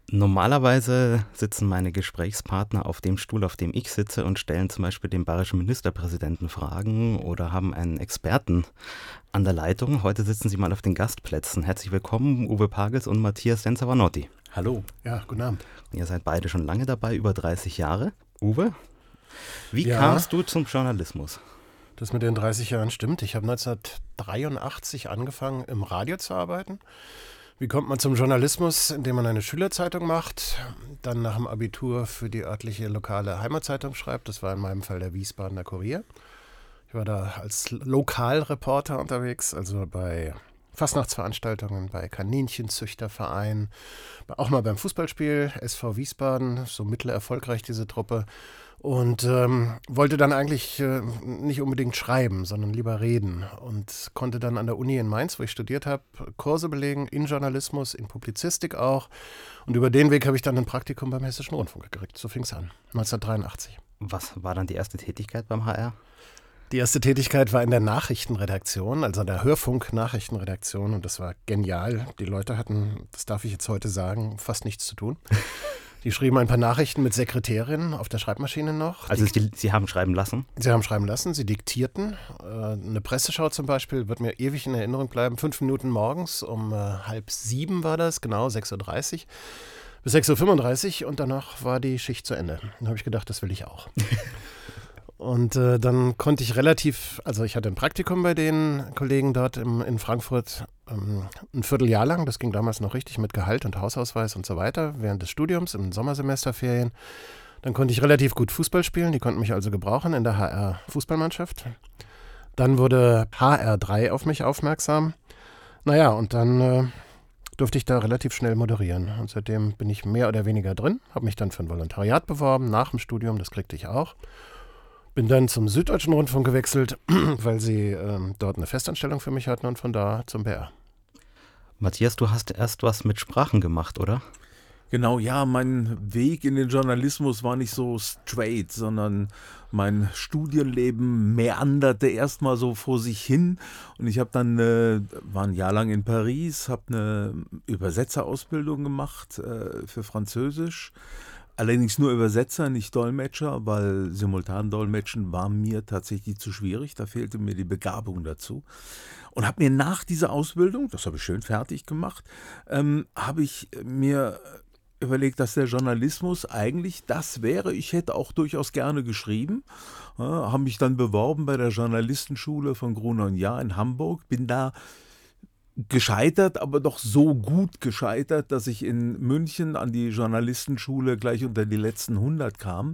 Normalerweise sitzen meine Gesprächspartner auf dem Stuhl, auf dem ich sitze und stellen zum Beispiel dem bayerischen Ministerpräsidenten Fragen oder haben einen Experten an der Leitung. Heute sitzen sie mal auf den Gastplätzen. Herzlich willkommen, Uwe Pagels und Matthias Senza-Vanotti. Hallo. Ja, guten Abend. Ihr seid beide schon lange dabei, über 30 Jahre. Uwe, wie Ja. kamst du zum Journalismus? Das mit den 30 Jahren stimmt. Ich habe 1983 angefangen, im Radio zu arbeiten. Wie kommt man zum Journalismus? Indem man eine Schülerzeitung macht, dann nach dem Abitur für die örtliche lokale Heimatzeitung schreibt. Das war in meinem Fall der Wiesbadener Kurier. Ich war da als Lokalreporter unterwegs, also bei Fastnachtsveranstaltungen, bei Kaninchenzüchtervereinen, auch mal beim Fußballspiel, SV Wiesbaden, so mittelerfolgreich diese Truppe. Und wollte dann eigentlich nicht unbedingt schreiben, sondern lieber reden. Und konnte dann an der Uni in Mainz, wo ich studiert habe, Kurse belegen in Journalismus, in Publizistik auch. Und über den Weg habe ich dann ein Praktikum beim Hessischen Rundfunk gekriegt. So fing es an, 1983. Was war dann die erste Tätigkeit beim HR? Die erste Tätigkeit war in der Nachrichtenredaktion, also der Hörfunk-Nachrichtenredaktion. Und das war genial. Die Leute hatten, das darf ich jetzt heute sagen, fast nichts zu tun. Die schrieben ein paar Nachrichten mit Sekretärinnen auf der Schreibmaschine noch. Also Sie haben schreiben lassen? Sie haben schreiben lassen, sie diktierten. Eine Presseschau zum Beispiel wird mir ewig in Erinnerung bleiben. 5 Minuten morgens um 6:30 war das, genau, 6:30 Uhr. Bis 6:35 Uhr und danach war die Schicht zu Ende. Dann habe ich gedacht, das will ich auch. Und dann konnte ich ich hatte ein Praktikum bei den Kollegen dort in Frankfurt, ein Vierteljahr lang, das ging damals noch richtig mit Gehalt und Hausausweis und so weiter, während des Studiums, im Sommersemesterferien. Dann konnte ich relativ gut Fußball spielen, die konnten mich also gebrauchen in der HR-Fußballmannschaft. Dann wurde HR3 auf mich aufmerksam. Naja, und dann durfte ich da relativ schnell moderieren. Und seitdem bin ich mehr oder weniger drin, habe mich dann für ein Volontariat beworben, nach dem Studium, das kriegte ich auch. Bin dann zum Süddeutschen Rundfunk gewechselt, weil sie dort eine Festanstellung für mich hatten und von da zum BR. Matthias, du hast erst was mit Sprachen gemacht, oder? Genau, ja, mein Weg in den Journalismus war nicht so straight, sondern mein Studienleben meanderte erstmal so vor sich hin. Und ich habe dann, war ein Jahr lang in Paris, habe eine Übersetzerausbildung gemacht für Französisch. Allerdings nur Übersetzer, nicht Dolmetscher, weil Simultandolmetschen war mir tatsächlich zu schwierig. Da fehlte mir die Begabung dazu. Und habe mir nach dieser Ausbildung, das habe ich schön fertig gemacht, habe ich mir überlegt, dass der Journalismus eigentlich das wäre. Ich hätte auch durchaus gerne geschrieben. Habe mich dann beworben bei der Journalistenschule von Gruner und Jahr in Hamburg. Bin da gescheitert, aber doch so gut gescheitert, dass ich in München an die Journalistenschule gleich unter die letzten 100 kam,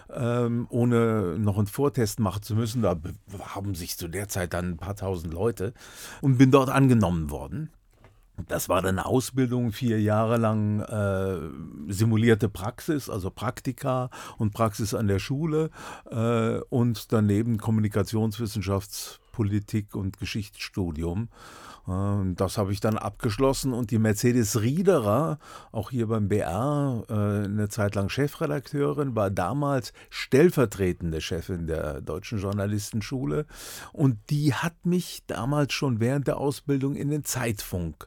ohne noch einen Vortest machen zu müssen. Da haben sich zu der Zeit dann ein paar tausend Leute und bin dort angenommen worden. Das war dann eine Ausbildung, 4 Jahre lang simulierte Praxis, also Praktika und Praxis an der Schule und daneben Kommunikationswissenschaftspolitik und Geschichtsstudium. Das habe ich dann abgeschlossen und die Mercedes Riederer, auch hier beim BR, eine Zeit lang Chefredakteurin, war damals stellvertretende Chefin der Deutschen Journalistenschule und die hat mich damals schon während der Ausbildung in den Zeitfunk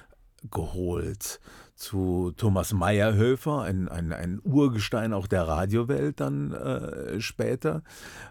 geholt. Zu Thomas Meyerhöfer, ein Urgestein auch der Radiowelt dann später.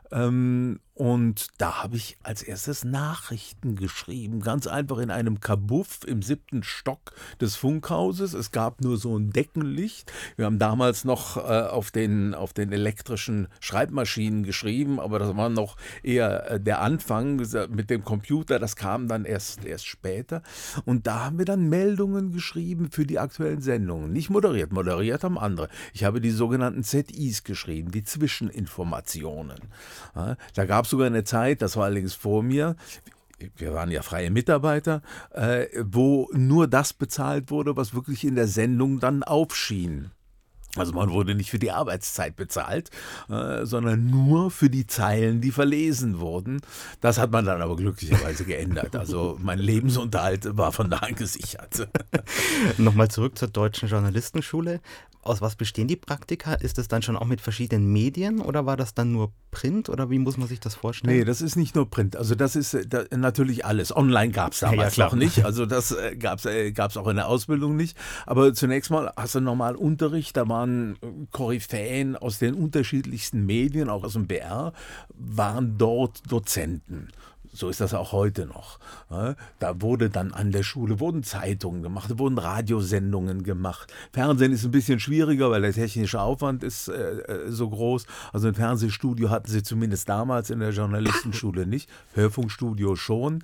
Und da habe ich als erstes Nachrichten geschrieben, ganz einfach in einem Kabuff im 7. Stock des Funkhauses. Es gab nur so ein Deckenlicht. Wir haben damals noch auf den elektrischen Schreibmaschinen geschrieben, aber das war noch eher der Anfang mit dem Computer. Das kam dann erst später. Und da haben wir dann Meldungen geschrieben für die aktuellen Sendungen. Nicht moderiert haben andere. Ich habe die sogenannten ZIs geschrieben, die Zwischeninformationen. Ja, da gab es sogar eine Zeit, das war allerdings vor mir, wir waren ja freie Mitarbeiter, wo nur das bezahlt wurde, was wirklich in der Sendung dann aufschien. Also man wurde nicht für die Arbeitszeit bezahlt, sondern nur für die Zeilen, die verlesen wurden. Das hat man dann aber glücklicherweise geändert. Also mein Lebensunterhalt war von da an gesichert. Nochmal zurück zur Deutschen Journalistenschule. Aus was bestehen die Praktika? Ist es dann schon auch mit verschiedenen Medien oder war das dann nur Print oder wie muss man sich das vorstellen? Nee, das ist nicht nur Print. Also das ist natürlich alles. Online gab es damals noch nicht. Also das gab's auch in der Ausbildung nicht. Aber zunächst mal hast du normal Unterricht. Da waren Koryphäen aus den unterschiedlichsten Medien, auch aus dem BR, waren dort Dozenten. So ist das auch heute noch. Da wurde dann an der Schule wurden Zeitungen gemacht, wurden Radiosendungen gemacht. Fernsehen ist ein bisschen schwieriger, weil der technische Aufwand ist so groß. Also ein Fernsehstudio hatten sie zumindest damals in der Journalistenschule nicht. Hörfunkstudio schon.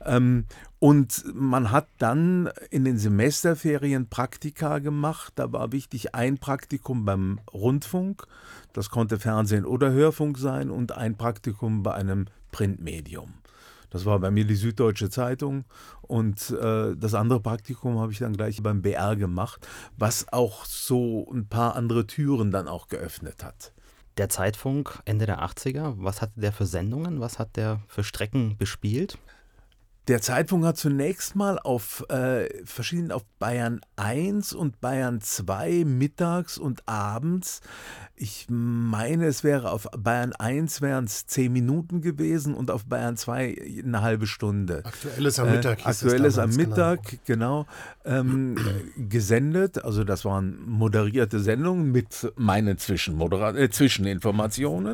Und man hat dann in den Semesterferien Praktika gemacht. Da war wichtig ein Praktikum beim Rundfunk. Das konnte Fernsehen oder Hörfunk sein und ein Praktikum bei einem Printmedium. Das war bei mir die Süddeutsche Zeitung und das andere Praktikum habe ich dann gleich beim BR gemacht, was auch so ein paar andere Türen dann auch geöffnet hat. Der Zeitfunk Ende der 80er, was hatte der für Sendungen, was hat der für Strecken bespielt? Der Zeitfunk hat zunächst mal auf Bayern 1 und Bayern 2 mittags und abends, ich meine, es wäre auf Bayern 1 wären es 10 Minuten gewesen und auf Bayern 2 eine halbe Stunde. Aktuelles am Mittag. Aktuelles am Mittag, genau, gesendet. Also das waren moderierte Sendungen mit meinen Zwischeninformationen.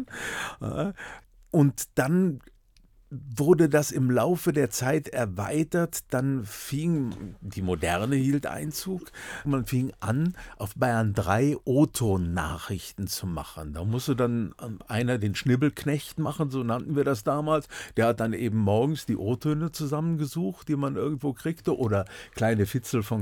Und dann wurde das im Laufe der Zeit erweitert, dann die Moderne hielt Einzug, man fing an, auf Bayern 3 O-Ton-Nachrichten zu machen. Da musste dann einer den Schnibbelknecht machen, so nannten wir das damals. Der hat dann eben morgens die O-Töne zusammengesucht, die man irgendwo kriegte, oder kleine Fitzel von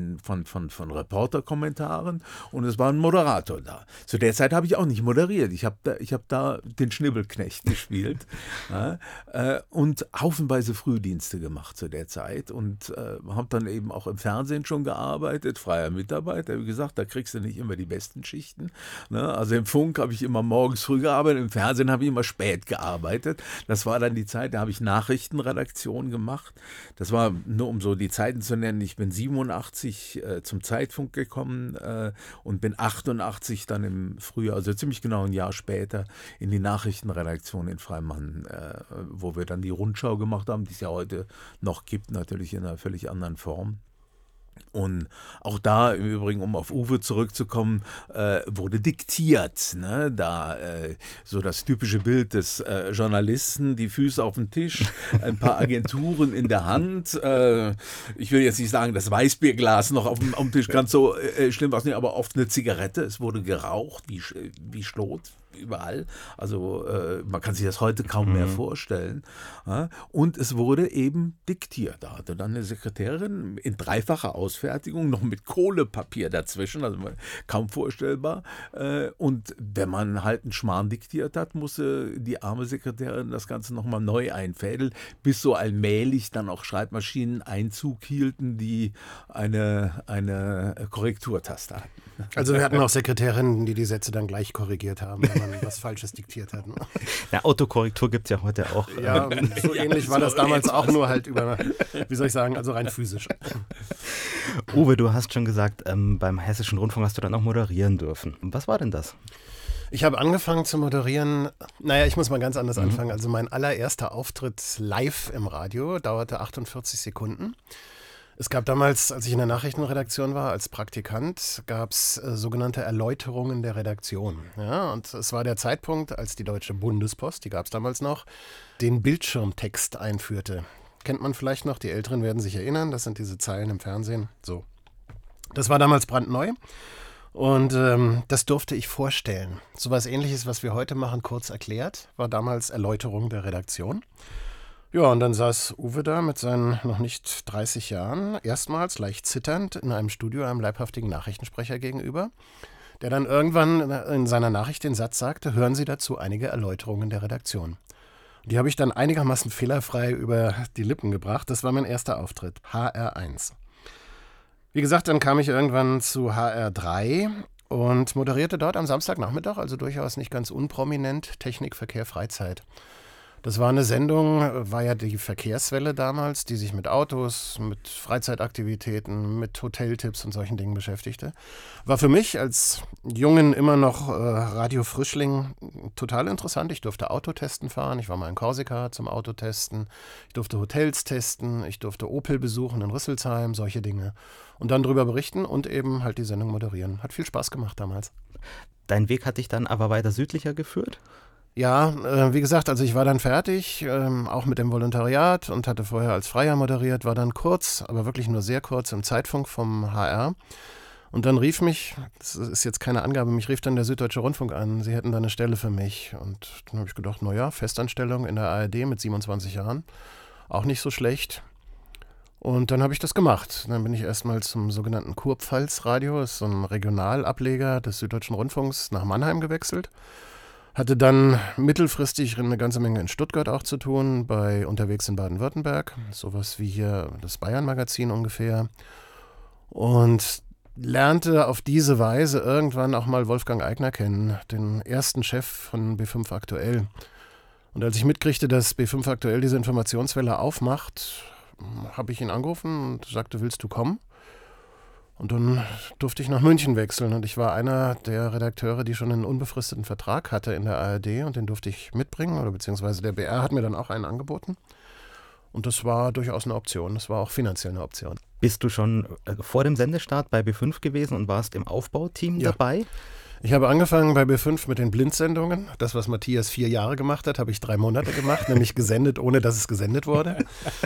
Reporterkommentaren, und es war ein Moderator da. Zu der Zeit habe ich auch nicht moderiert, ich hab da den Schnibbelknecht gespielt. Ja. Und haufenweise Frühdienste gemacht zu der Zeit und habe dann eben auch im Fernsehen schon gearbeitet, freier Mitarbeiter. Wie gesagt, da kriegst du nicht immer die besten Schichten. Ne? Also im Funk habe ich immer morgens früh gearbeitet, im Fernsehen habe ich immer spät gearbeitet. Das war dann die Zeit, da habe ich Nachrichtenredaktion gemacht. Das war nur, um so die Zeiten zu nennen, ich bin 87 zum Zeitfunk gekommen und bin 88 dann im Frühjahr, also ziemlich genau ein Jahr später, in die Nachrichtenredaktion in Freimann, wo wir dann die Rundschau gemacht haben, die es ja heute noch gibt, natürlich in einer völlig anderen Form. Und auch da, im Übrigen, um auf Uwe zurückzukommen, wurde diktiert. Ne? Da so das typische Bild des Journalisten, die Füße auf dem Tisch, ein paar Agenturen in der Hand. Ich will jetzt nicht sagen, das Weißbierglas noch auf dem Tisch, ganz so schlimm war es nicht, aber oft eine Zigarette. Es wurde geraucht, wie Schlot. Überall, also man kann sich das heute kaum mehr vorstellen. Ja? Und es wurde eben diktiert. Da hatte dann eine Sekretärin in dreifacher Ausfertigung, noch mit Kohlepapier dazwischen, also kaum vorstellbar. Und wenn man halt einen Schmarrn diktiert hat, musste die arme Sekretärin das Ganze nochmal neu einfädeln, bis so allmählich dann auch Schreibmaschinen Einzug hielten, die eine Korrekturtaste hatten. Also wir hatten auch Sekretärinnen, die Sätze dann gleich korrigiert haben, wenn man was Falsches diktiert hat. Ne? Ja, Autokorrektur gibt es ja heute auch. Ja, so ähnlich war das damals auch, nur halt über, wie soll ich sagen, also rein physisch. Uwe, du hast schon gesagt, beim Hessischen Rundfunk hast du dann auch moderieren dürfen. Was war denn das? Ich habe angefangen zu moderieren, ich muss mal ganz anders anfangen. Also mein allererster Auftritt live im Radio dauerte 48 Sekunden. Es gab damals, als ich in der Nachrichtenredaktion war, als Praktikant, gab es sogenannte Erläuterungen der Redaktion. Ja, und es war der Zeitpunkt, als die Deutsche Bundespost, die gab es damals noch, den Bildschirmtext einführte. Kennt man vielleicht noch, die Älteren werden sich erinnern, das sind diese Zeilen im Fernsehen. So. Das war damals brandneu und das durfte ich vorstellen. So was Ähnliches, was wir heute machen, kurz erklärt, war damals Erläuterung der Redaktion. Ja, und dann saß Uwe da mit seinen noch nicht 30 Jahren, erstmals leicht zitternd in einem Studio einem leibhaftigen Nachrichtensprecher gegenüber, der dann irgendwann in seiner Nachricht den Satz sagte, hören Sie dazu einige Erläuterungen der Redaktion. Und die habe ich dann einigermaßen fehlerfrei über die Lippen gebracht. Das war mein erster Auftritt, HR1. Wie gesagt, dann kam ich irgendwann zu HR3 und moderierte dort am Samstagnachmittag, also durchaus nicht ganz unprominent, Technik, Verkehr, Freizeit. Das war eine Sendung, war ja die Verkehrswelle damals, die sich mit Autos, mit Freizeitaktivitäten, mit Hoteltipps und solchen Dingen beschäftigte. War für mich als Jungen immer noch Radio-Frischling total interessant. Ich durfte Autotesten fahren, ich war mal in Korsika zum Autotesten, ich durfte Hotels testen, ich durfte Opel besuchen in Rüsselsheim, solche Dinge. Und dann darüber berichten und eben halt die Sendung moderieren. Hat viel Spaß gemacht damals. Dein Weg hat dich dann aber weiter südlicher geführt? Ja, wie gesagt, also ich war dann fertig, auch mit dem Volontariat und hatte vorher als Freier moderiert, war dann kurz, aber wirklich nur sehr kurz im Zeitfunk vom HR. Und dann rief mich, das ist jetzt keine Angabe, mich rief dann der Süddeutsche Rundfunk an, sie hätten da eine Stelle für mich. Und dann habe ich gedacht, naja, Festanstellung in der ARD mit 27 Jahren, auch nicht so schlecht. Und dann habe ich das gemacht. Dann bin ich erstmal zum sogenannten Kurpfalz-Radio, das ist so ein Regionalableger des Süddeutschen Rundfunks, nach Mannheim gewechselt. Hatte dann mittelfristig eine ganze Menge in Stuttgart auch zu tun, bei Unterwegs in Baden-Württemberg, sowas wie hier das Bayern-Magazin ungefähr. Und lernte auf diese Weise irgendwann auch mal Wolfgang Aigner kennen, den ersten Chef von B5 Aktuell. Und als ich mitkriegte, dass B5 Aktuell diese Informationswelle aufmacht, habe ich ihn angerufen und sagte, willst du kommen? Und dann durfte ich nach München wechseln und ich war einer der Redakteure, die schon einen unbefristeten Vertrag hatte in der ARD und den durfte ich mitbringen, oder beziehungsweise der BR hat mir dann auch einen angeboten. Und das war durchaus eine Option, das war auch finanziell eine Option. Bist du schon vor dem Sendestart bei B5 gewesen und warst im Aufbauteam dabei? Ich habe angefangen bei B5 mit den Blindsendungen. Das, was Matthias 4 Jahre gemacht hat, habe ich 3 Monate gemacht, nämlich gesendet, ohne dass es gesendet wurde.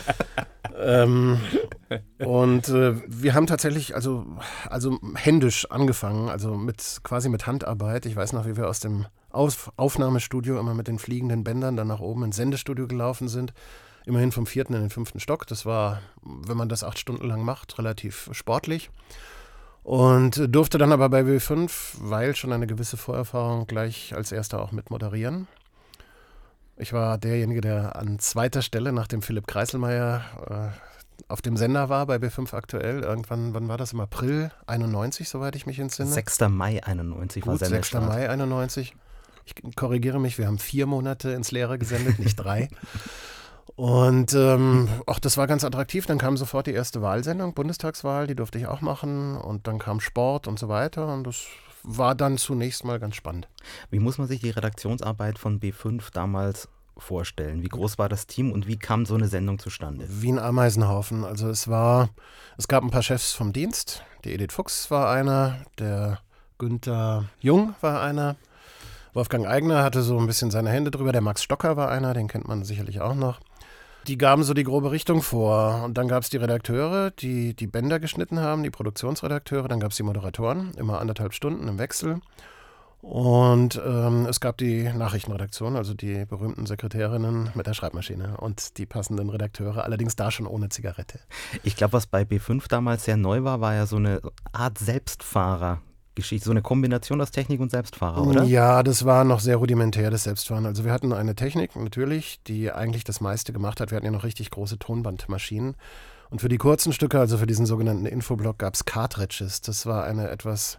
Wir haben tatsächlich also händisch angefangen, also quasi mit Handarbeit. Ich weiß noch, wie wir aus dem Aufnahmestudio immer mit den fliegenden Bändern dann nach oben ins Sendestudio gelaufen sind. Immerhin vom 4. in den 5. Stock. Das war, wenn man das 8 Stunden lang macht, relativ sportlich. Und durfte dann aber bei W5, weil schon eine gewisse Vorerfahrung, gleich als erster auch mit moderieren. Ich war derjenige, der an zweiter Stelle nach dem Philipp Kreiselmeier auf dem Sender war bei B5 Aktuell. Irgendwann, wann war das? Im April 91, soweit ich mich entsinne. 6. Mai 91 war Gut, 6. Mai 91. Ich korrigiere mich, wir haben 4 Monate ins Leere gesendet, nicht 3. Und das war ganz attraktiv. Dann kam sofort die erste Wahlsendung, Bundestagswahl, die durfte ich auch machen. Und dann kam Sport und so weiter. Und das war dann zunächst mal ganz spannend. Wie muss man sich die Redaktionsarbeit von B5 damals vorstellen? Wie groß war das Team und wie kam so eine Sendung zustande? Wie ein Ameisenhaufen. Also es gab ein paar Chefs vom Dienst. Die Edith Fuchs war einer, der Günther Jung war einer. Wolfgang Aigner hatte so ein bisschen seine Hände drüber. Der Max Stocker war einer, den kennt man sicherlich auch noch. Die gaben so die grobe Richtung vor. Und dann gab es die Redakteure, die die Bänder geschnitten haben, die Produktionsredakteure. Dann gab es die Moderatoren, immer 1,5 Stunden im Wechsel. Und es gab die Nachrichtenredaktion, also die berühmten Sekretärinnen mit der Schreibmaschine und die passenden Redakteure, allerdings da schon ohne Zigarette. Ich glaube, was bei B5 damals sehr neu war ja so eine Art Selbstfahrer. Geschichte, so eine Kombination aus Technik und Selbstfahrer, oder? Ja, das war noch sehr rudimentär, das Selbstfahren. Also wir hatten eine Technik natürlich, die eigentlich das meiste gemacht hat. Wir hatten ja noch richtig große Tonbandmaschinen. Und für die kurzen Stücke, also für diesen sogenannten Infoblock, gab es Cartridges. Das war eine etwas,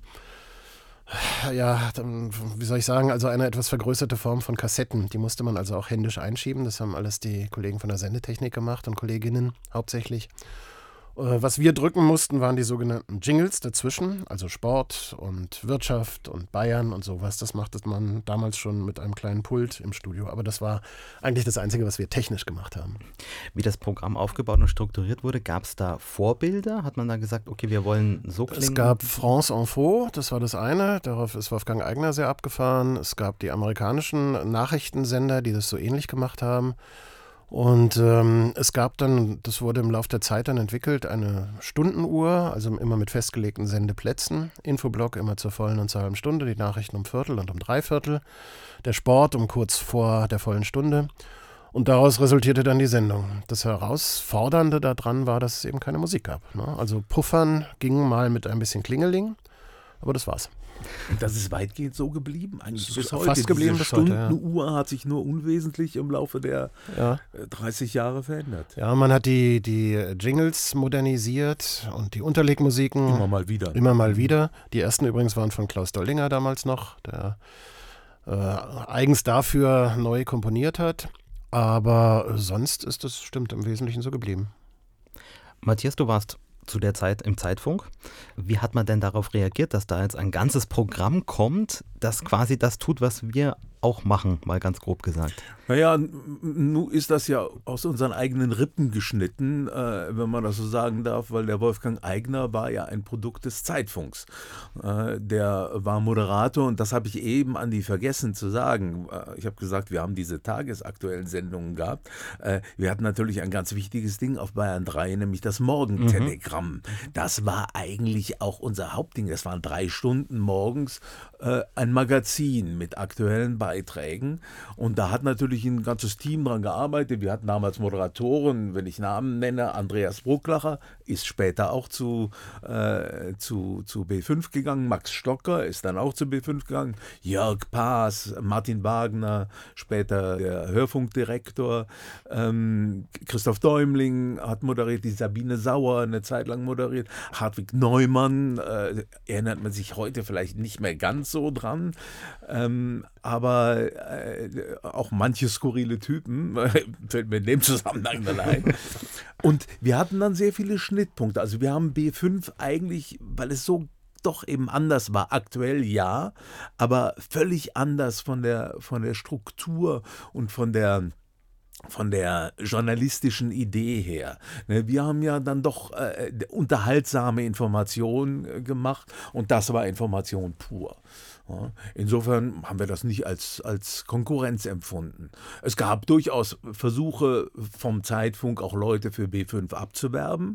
wie soll ich sagen, also eine etwas vergrößerte Form von Kassetten. Die musste man also auch händisch einschieben. Das haben alles die Kollegen von der Sendetechnik gemacht und Kolleginnen hauptsächlich. Was wir drücken mussten, waren die sogenannten Jingles dazwischen, also Sport und Wirtschaft und Bayern und sowas. Das machte man damals schon mit einem kleinen Pult im Studio. Aber das war eigentlich das Einzige, was wir technisch gemacht haben. Wie das Programm aufgebaut und strukturiert wurde, gab es da Vorbilder? Hat man da gesagt, okay, wir wollen so klingen? Es gab France Info, das war das eine. Darauf ist Wolfgang Aigner sehr abgefahren. Es gab die amerikanischen Nachrichtensender, die das so ähnlich gemacht haben. Und es gab dann, das wurde im Laufe der Zeit dann entwickelt, eine Stundenuhr, also immer mit festgelegten Sendeplätzen. Infoblock immer zur vollen und zur halben Stunde, die Nachrichten um Viertel und um Dreiviertel, der Sport um kurz vor der vollen Stunde. Und daraus resultierte dann die Sendung. Das Herausfordernde daran war, dass es eben keine Musik gab. Ne? Also Puffern ging mal mit ein bisschen Klingeling, aber das war's. Und das ist weitgehend so geblieben, eigentlich bis heute. Fast geblieben bis heute, ja. Stundenuhr hat sich nur unwesentlich im Laufe der 30 Jahre verändert. Ja, man hat die Jingles modernisiert und die Unterlegmusiken. Immer mal wieder. Die ersten übrigens waren von Klaus Doldinger damals noch, der eigens dafür neu komponiert hat. Aber sonst ist das, stimmt, im Wesentlichen so geblieben. Matthias, du warst zu der Zeit im Zeitfunk. Wie hat man denn darauf reagiert, dass da jetzt ein ganzes Programm kommt, das quasi das tut, was wir auch machen, mal ganz grob gesagt? Naja, nun ist das ja aus unseren eigenen Rippen geschnitten, wenn man das so sagen darf, weil der Wolfgang Aigner war ja ein Produkt des Zeitfunks. Der war Moderator und das habe ich eben, Andi, vergessen zu sagen. Ich habe gesagt, wir haben diese tagesaktuellen Sendungen gehabt. Wir hatten natürlich ein ganz wichtiges Ding auf Bayern 3, nämlich das Morgentelegramm. Das war eigentlich auch unser Hauptding. Das waren 3 Stunden morgens ein Magazin mit aktuellen Beiträgen und da hat natürlich ein ganzes Team dran gearbeitet. Wir hatten damals Moderatoren, wenn ich Namen nenne, Andreas Brucklacher ist später auch zu B5 gegangen, Max Stocker ist dann auch zu B5 gegangen, Jörg Paas, Martin Wagner, später der Hörfunkdirektor, Christoph Däumling hat moderiert, die Sabine Sauer eine Zeit lang moderiert, Hartwig Neumann, erinnert man sich heute vielleicht nicht mehr ganz so dran, aber auch manche skurrile Typen, fällt mir in dem Zusammenhang dann ein. Und wir hatten dann sehr viele Schnittpunkte. Also wir haben B5 eigentlich, weil es so doch eben anders war, aktuell ja, aber völlig anders von der Struktur und von der journalistischen Idee her. Wir haben ja dann doch unterhaltsame Informationen gemacht und das war Information pur. Insofern haben wir das nicht als Konkurrenz empfunden. Es gab durchaus Versuche vom Zeitfunk, auch Leute für B5 abzuwerben,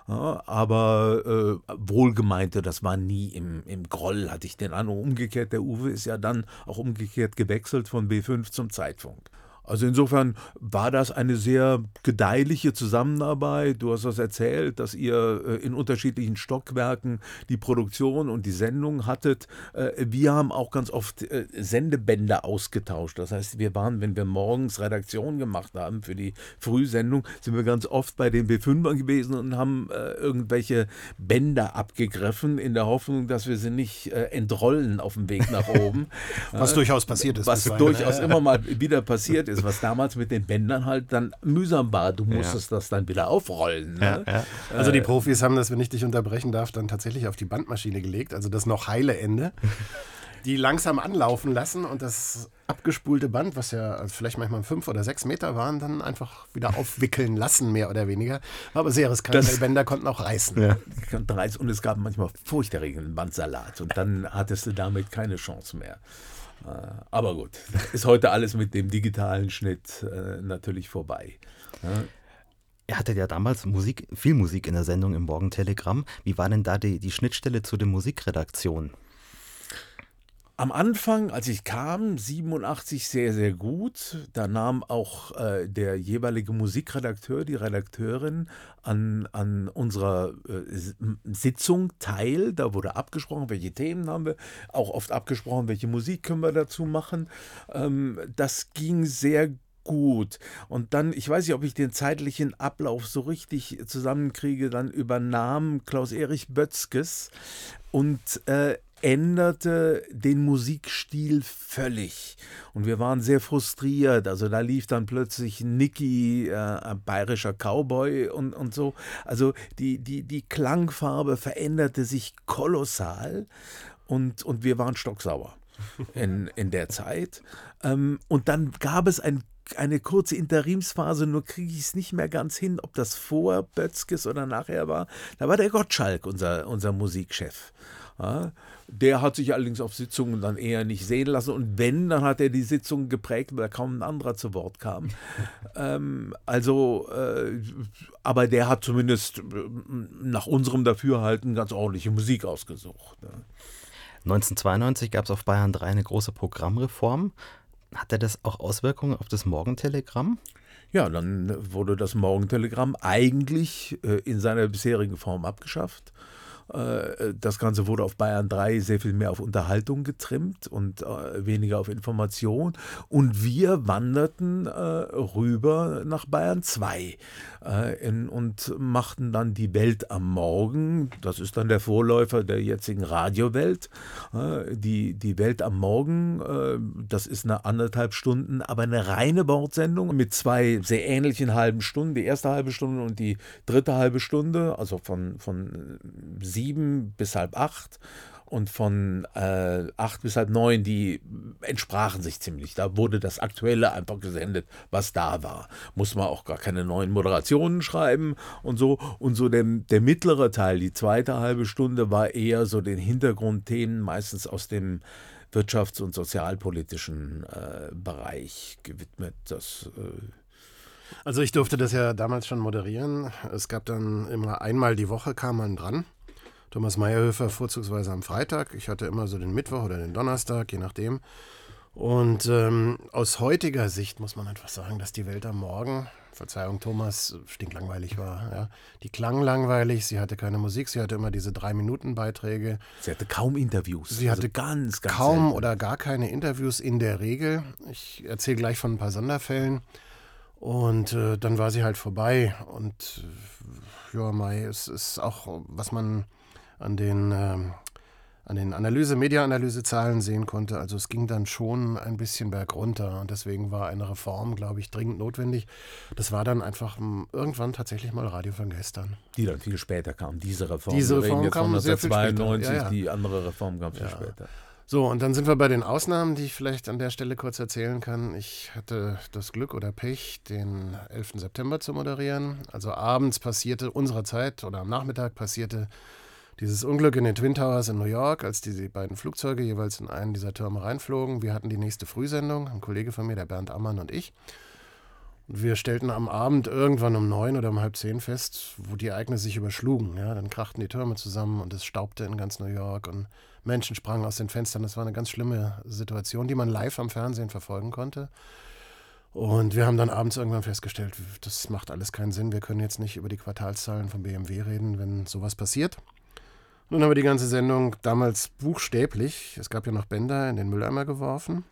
aber wohlgemeinte, das war nie im Groll, hatte ich den Eindruck. Umgekehrt, der Uwe ist ja dann auch umgekehrt gewechselt von B5 zum Zeitfunk. Also insofern war das eine sehr gedeihliche Zusammenarbeit. Du hast das erzählt, dass ihr in unterschiedlichen Stockwerken die Produktion und die Sendung hattet. Wir haben auch ganz oft Sendebänder ausgetauscht. Das heißt, wir waren, wenn wir morgens Redaktion gemacht haben für die Frühsendung, sind wir ganz oft bei den B5ern gewesen und haben irgendwelche Bänder abgegriffen, in der Hoffnung, dass wir sie nicht entrollen auf dem Weg nach oben. Was durchaus passiert ist. Was durchaus immer mal wieder passiert ist. Was damals mit den Bändern halt dann mühsam war. Du musstest das dann wieder aufrollen. Ne? Ja. Also die Profis haben das, wenn ich dich unterbrechen darf, dann tatsächlich auf die Bandmaschine gelegt, also das noch heile Ende. Die langsam anlaufen lassen und das abgespulte Band, was ja vielleicht manchmal 5 oder 6 Meter waren, dann einfach wieder aufwickeln lassen, mehr oder weniger. War aber sehr riskant, weil Bänder konnten auch reißen. Ja. Und es gab manchmal furchterregenden Bandsalat und dann hattest du damit keine Chance mehr. Aber gut, ist heute alles mit dem digitalen Schnitt natürlich vorbei. Ihr hattet ja damals viel Musik in der Sendung im Morgentelegramm. Wie war denn da die Schnittstelle zu den Musikredaktionen? Am Anfang, als ich kam, 87 sehr, sehr gut. Da nahm auch der jeweilige Musikredakteur, die Redakteurin an unserer Sitzung teil. Da wurde abgesprochen, welche Themen haben wir. Auch oft abgesprochen, welche Musik können wir dazu machen. Das ging sehr gut. Und dann, ich weiß nicht, ob ich den zeitlichen Ablauf so richtig zusammenkriege, dann übernahm Klaus-Erich Bötzkes und änderte den Musikstil völlig. Und wir waren sehr frustriert. Also da lief dann plötzlich Niki, ein bayerischer Cowboy und so. Also die Klangfarbe veränderte sich kolossal und wir waren stocksauer in der Zeit. Und dann gab es eine kurze Interimsphase, nur kriege ich es nicht mehr ganz hin, ob das vor Bötzkes oder nachher war. Da war der Gottschalk, unser Musikchef. Ja, der hat sich allerdings auf Sitzungen dann eher nicht sehen lassen und wenn, dann hat er die Sitzung geprägt, weil kaum ein anderer zu Wort kam. Aber der hat zumindest nach unserem Dafürhalten ganz ordentliche Musik ausgesucht. Ja. 1992 gab es auf Bayern 3 eine große Programmreform. Hatte das auch Auswirkungen auf das Morgentelegramm? Ja, dann wurde das Morgentelegramm eigentlich in seiner bisherigen Form abgeschafft. Das Ganze wurde auf Bayern 3 sehr viel mehr auf Unterhaltung getrimmt und weniger auf Information. Und wir wanderten rüber nach Bayern 2 und machten dann die Welt am Morgen. Das ist dann der Vorläufer der jetzigen Radiowelt. Die Welt am Morgen, das ist eine 1,5 Stunden, aber eine reine Wortsendung mit 2 sehr ähnlichen halben Stunden. Die erste halbe Stunde und die dritte halbe Stunde, also von 7 bis halb 8 und von 8 bis halb 9, die entsprachen sich ziemlich. Da wurde das Aktuelle einfach gesendet, was da war. Muss man auch gar keine neuen Moderationen schreiben und so. Und so der mittlere Teil, die zweite halbe Stunde, war eher so den Hintergrundthemen, meistens aus dem wirtschafts- und sozialpolitischen Bereich gewidmet. Also ich durfte das ja damals schon moderieren. Es gab dann immer einmal die Woche kam man dran. Thomas Meyerhöfer vorzugsweise am Freitag. Ich hatte immer so den Mittwoch oder den Donnerstag, je nachdem. Und aus heutiger Sicht muss man einfach sagen, dass die Welt am Morgen, Verzeihung Thomas, stinklangweilig war. Ja. Die klang langweilig, sie hatte keine Musik, sie hatte immer diese 3-Minuten-Beiträge. Sie hatte kaum Interviews. Sie hatte ganz kaum selten. oder gar keine Interviews in der Regel. Ich erzähle gleich von ein paar Sonderfällen. Und dann war sie halt vorbei. Und ja, Mai, es ist auch, was man an den Media-Analyse-Zahlen sehen konnte. Also es ging dann schon ein bisschen bergunter und deswegen war eine Reform, glaube ich, dringend notwendig. Das war dann einfach irgendwann tatsächlich mal Radio von gestern. Die dann viel später kam, diese Reform. Diese Wir reden Reform jetzt kam von sehr viel 1992, später. Ja, ja. Die andere Reform kam viel später. So, und dann sind wir bei den Ausnahmen, die ich vielleicht an der Stelle kurz erzählen kann. Ich hatte das Glück oder Pech, den 11. September zu moderieren. Also abends passierte unserer Zeit oder am Nachmittag passierte dieses Unglück in den Twin Towers in New York, als die beiden Flugzeuge jeweils in einen dieser Türme reinflogen. Wir hatten die nächste Frühsendung, ein Kollege von mir, der Bernd Ammann und ich. Und wir stellten am Abend irgendwann um 9 oder um halb 10 fest, wo die Ereignisse sich überschlugen. Ja, dann krachten die Türme zusammen und es staubte in ganz New York und Menschen sprangen aus den Fenstern. Das war eine ganz schlimme Situation, die man live am Fernsehen verfolgen konnte. Und wir haben dann abends irgendwann festgestellt, das macht alles keinen Sinn. Wir können jetzt nicht über die Quartalszahlen von BMW reden, wenn sowas passiert. Nun haben wir die ganze Sendung damals buchstäblich, es gab ja noch Bänder, in den Mülleimer geworfen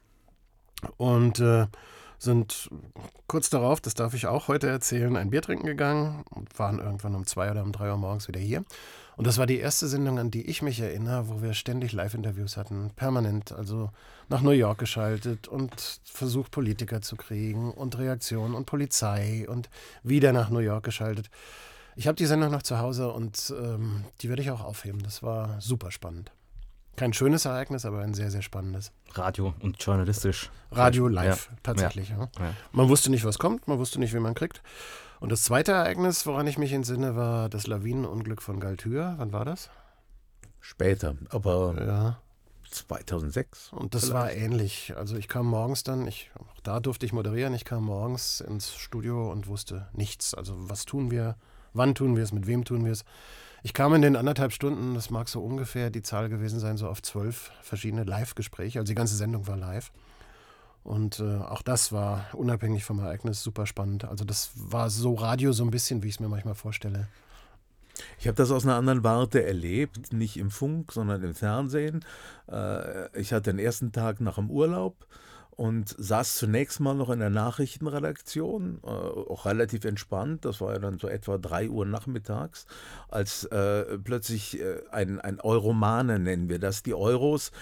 und sind kurz darauf, das darf ich auch heute erzählen, ein Bier trinken gegangen und waren irgendwann um 2 oder um 3 Uhr morgens wieder hier. Und das war die erste Sendung, an die ich mich erinnere, wo wir ständig Live-Interviews hatten, permanent, also nach New York geschaltet und versucht, Politiker zu kriegen und Reaktionen und Polizei und wieder nach New York geschaltet. Ich habe die Sendung noch zu Hause und die werde ich auch aufheben. Das war super spannend. Kein schönes Ereignis, aber ein sehr, sehr spannendes. Radio und journalistisch. Radio live, Ja. tatsächlich. Ja. Ja. Man wusste nicht, was kommt, man wusste nicht, wen man kriegt. Und das zweite Ereignis, woran ich mich entsinne, war das Lawinenunglück von Galtür. Wann war das? Später, aber Ja. 2006. Und das war ähnlich. Also ich kam morgens dann, auch da durfte ich moderieren, ich kam morgens ins Studio und wusste nichts. Also was tun wir, wann tun wir es, mit wem tun wir es. Ich kam in den 1,5 Stunden, das mag so ungefähr die Zahl gewesen sein, so auf 12 verschiedene Live-Gespräche. Also die ganze Sendung war live. Und auch das war unabhängig vom Ereignis super spannend. Also das war so Radio so ein bisschen, wie ich es mir manchmal vorstelle. Ich habe das aus einer anderen Warte erlebt, nicht im Funk, sondern im Fernsehen. Ich hatte den ersten Tag nach dem Urlaub und saß zunächst mal noch in der Nachrichtenredaktion, auch relativ entspannt. Das war ja dann so etwa 3 Uhr nachmittags, als plötzlich ein Euromane, nennen wir das. Die Euros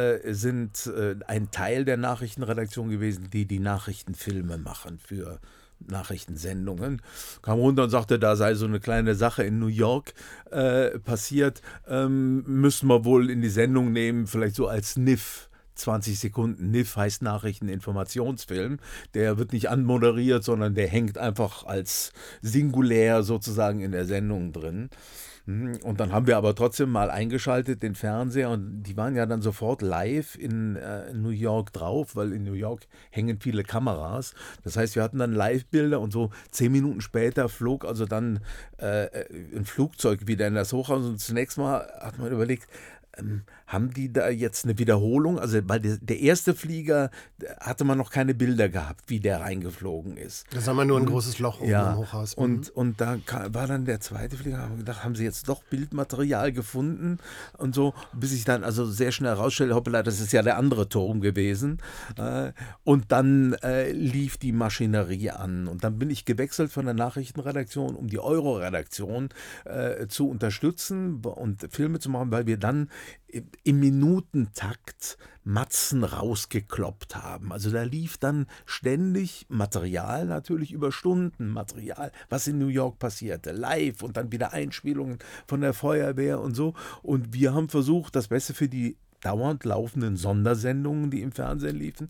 sind ein Teil der Nachrichtenredaktion gewesen, die Nachrichtenfilme machen für Nachrichtensendungen, kam runter und sagte, da sei so eine kleine Sache in New York passiert, müssen wir wohl in die Sendung nehmen, vielleicht so als NIF. 20 Sekunden. NIF heißt Nachrichteninformationsfilm. Der wird nicht anmoderiert, sondern der hängt einfach als singulär sozusagen in der Sendung drin. Und dann haben wir aber trotzdem mal eingeschaltet, den Fernseher, und die waren ja dann sofort live in New York drauf, weil in New York hängen viele Kameras. Das heißt, wir hatten dann Live-Bilder und so 10 Minuten später flog also dann ein Flugzeug wieder in das Hochhaus und zunächst mal hat man überlegt, haben die da jetzt eine Wiederholung? Also, weil der erste Flieger hatte man noch keine Bilder gehabt, wie der reingeflogen ist. Da sah man nur ein großes Loch oben im Hochhaus. Und da war dann der zweite Flieger, haben wir gedacht, haben sie jetzt doch Bildmaterial gefunden und so, bis ich dann also sehr schnell herausstelle, hoppala, das ist ja der andere Turm gewesen. Und dann lief die Maschinerie an. Und dann bin ich gewechselt von der Nachrichtenredaktion, um die Euro-Redaktion zu unterstützen und Filme zu machen, weil wir dann im Minutentakt Matzen rausgekloppt haben. Also da lief dann ständig Material, natürlich über Stunden Material, was in New York passierte, live und dann wieder Einspielungen von der Feuerwehr und so. Und wir haben versucht, das Beste für die dauernd laufenden Sondersendungen, die im Fernsehen liefen,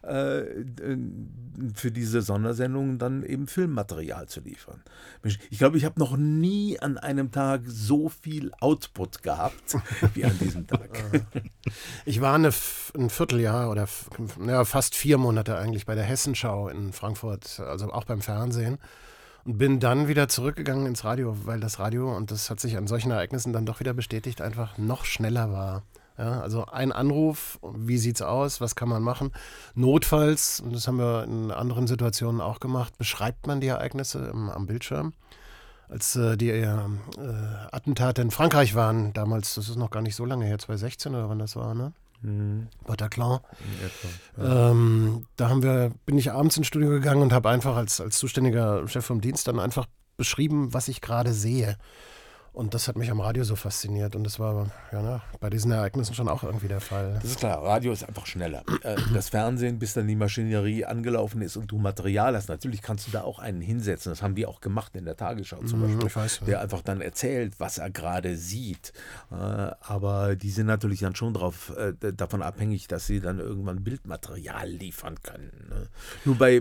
für diese Sondersendungen dann eben Filmmaterial zu liefern. Ich glaube, ich habe noch nie an einem Tag so viel Output gehabt wie an diesem Tag. Ich war ein Vierteljahr oder fast 4 Monate eigentlich bei der Hessenschau in Frankfurt, also auch beim Fernsehen. Und bin dann wieder zurückgegangen ins Radio, weil das Radio, und das hat sich an solchen Ereignissen dann doch wieder bestätigt, einfach noch schneller war. Ja, also ein Anruf, wie sieht's aus, was kann man machen? Notfalls, und das haben wir in anderen Situationen auch gemacht, beschreibt man die Ereignisse am Bildschirm. Als die Attentate in Frankreich waren, damals, das ist noch gar nicht so lange her, 2016 oder wann das war, ne? Bataclan. Ja, da bin ich abends ins Studio gegangen und habe einfach als zuständiger Chef vom Dienst dann einfach beschrieben, was ich gerade sehe. Und das hat mich am Radio so fasziniert und das war bei diesen Ereignissen schon auch irgendwie der Fall. Das ist klar, Radio ist einfach schneller. Das Fernsehen, bis dann die Maschinerie angelaufen ist und du Material hast, natürlich kannst du da auch einen hinsetzen. Das haben die auch gemacht in der Tagesschau zum Beispiel, ich weiß, der einfach dann erzählt, was er gerade sieht. Aber die sind natürlich dann schon davon abhängig, dass sie dann irgendwann Bildmaterial liefern können. Ne? Nur bei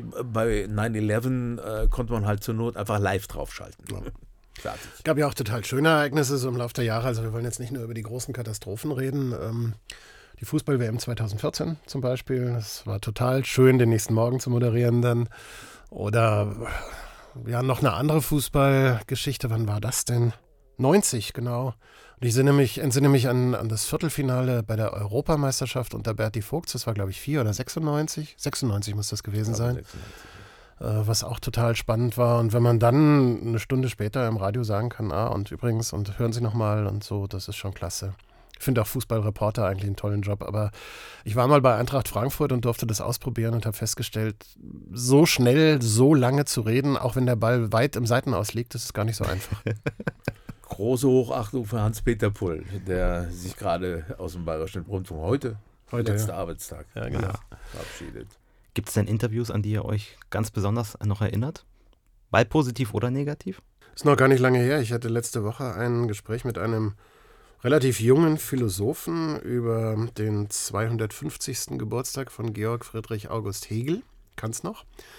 9/11 konnte man halt zur Not einfach live draufschalten. Ja. Fertig. Es gab ja auch total schöne Ereignisse so im Laufe der Jahre. Also wir wollen jetzt nicht nur über die großen Katastrophen reden. Die Fußball-WM 2014 zum Beispiel. Das war total schön, den nächsten Morgen zu moderieren dann. Oder noch eine andere Fußballgeschichte. Wann war das denn? 90, genau. Und ich entsinne mich an das Viertelfinale bei der Europameisterschaft unter Berti Vogts. Das war, glaube ich, 4 oder 96. 96 muss das gewesen sein. 96. Was auch total spannend war. Und wenn man dann eine Stunde später im Radio sagen kann, und übrigens, und hören Sie nochmal und so, das ist schon klasse. Ich finde auch Fußballreporter eigentlich einen tollen Job, aber ich war mal bei Eintracht Frankfurt und durfte das ausprobieren und habe festgestellt, so schnell, so lange zu reden, auch wenn der Ball weit im Seitenaus liegt, das ist gar nicht so einfach. Große Hochachtung für Hans-Peter Pull, der sich gerade aus dem Bayerischen Rundfunk heute letzter Arbeitstag, verabschiedet. Gibt es denn Interviews, an die ihr euch ganz besonders noch erinnert? Weil positiv oder negativ? Ist noch gar nicht lange her. Ich hatte letzte Woche ein Gespräch mit einem relativ jungen Philosophen über den 250. Geburtstag von Georg Friedrich August Hegel. Kann's noch?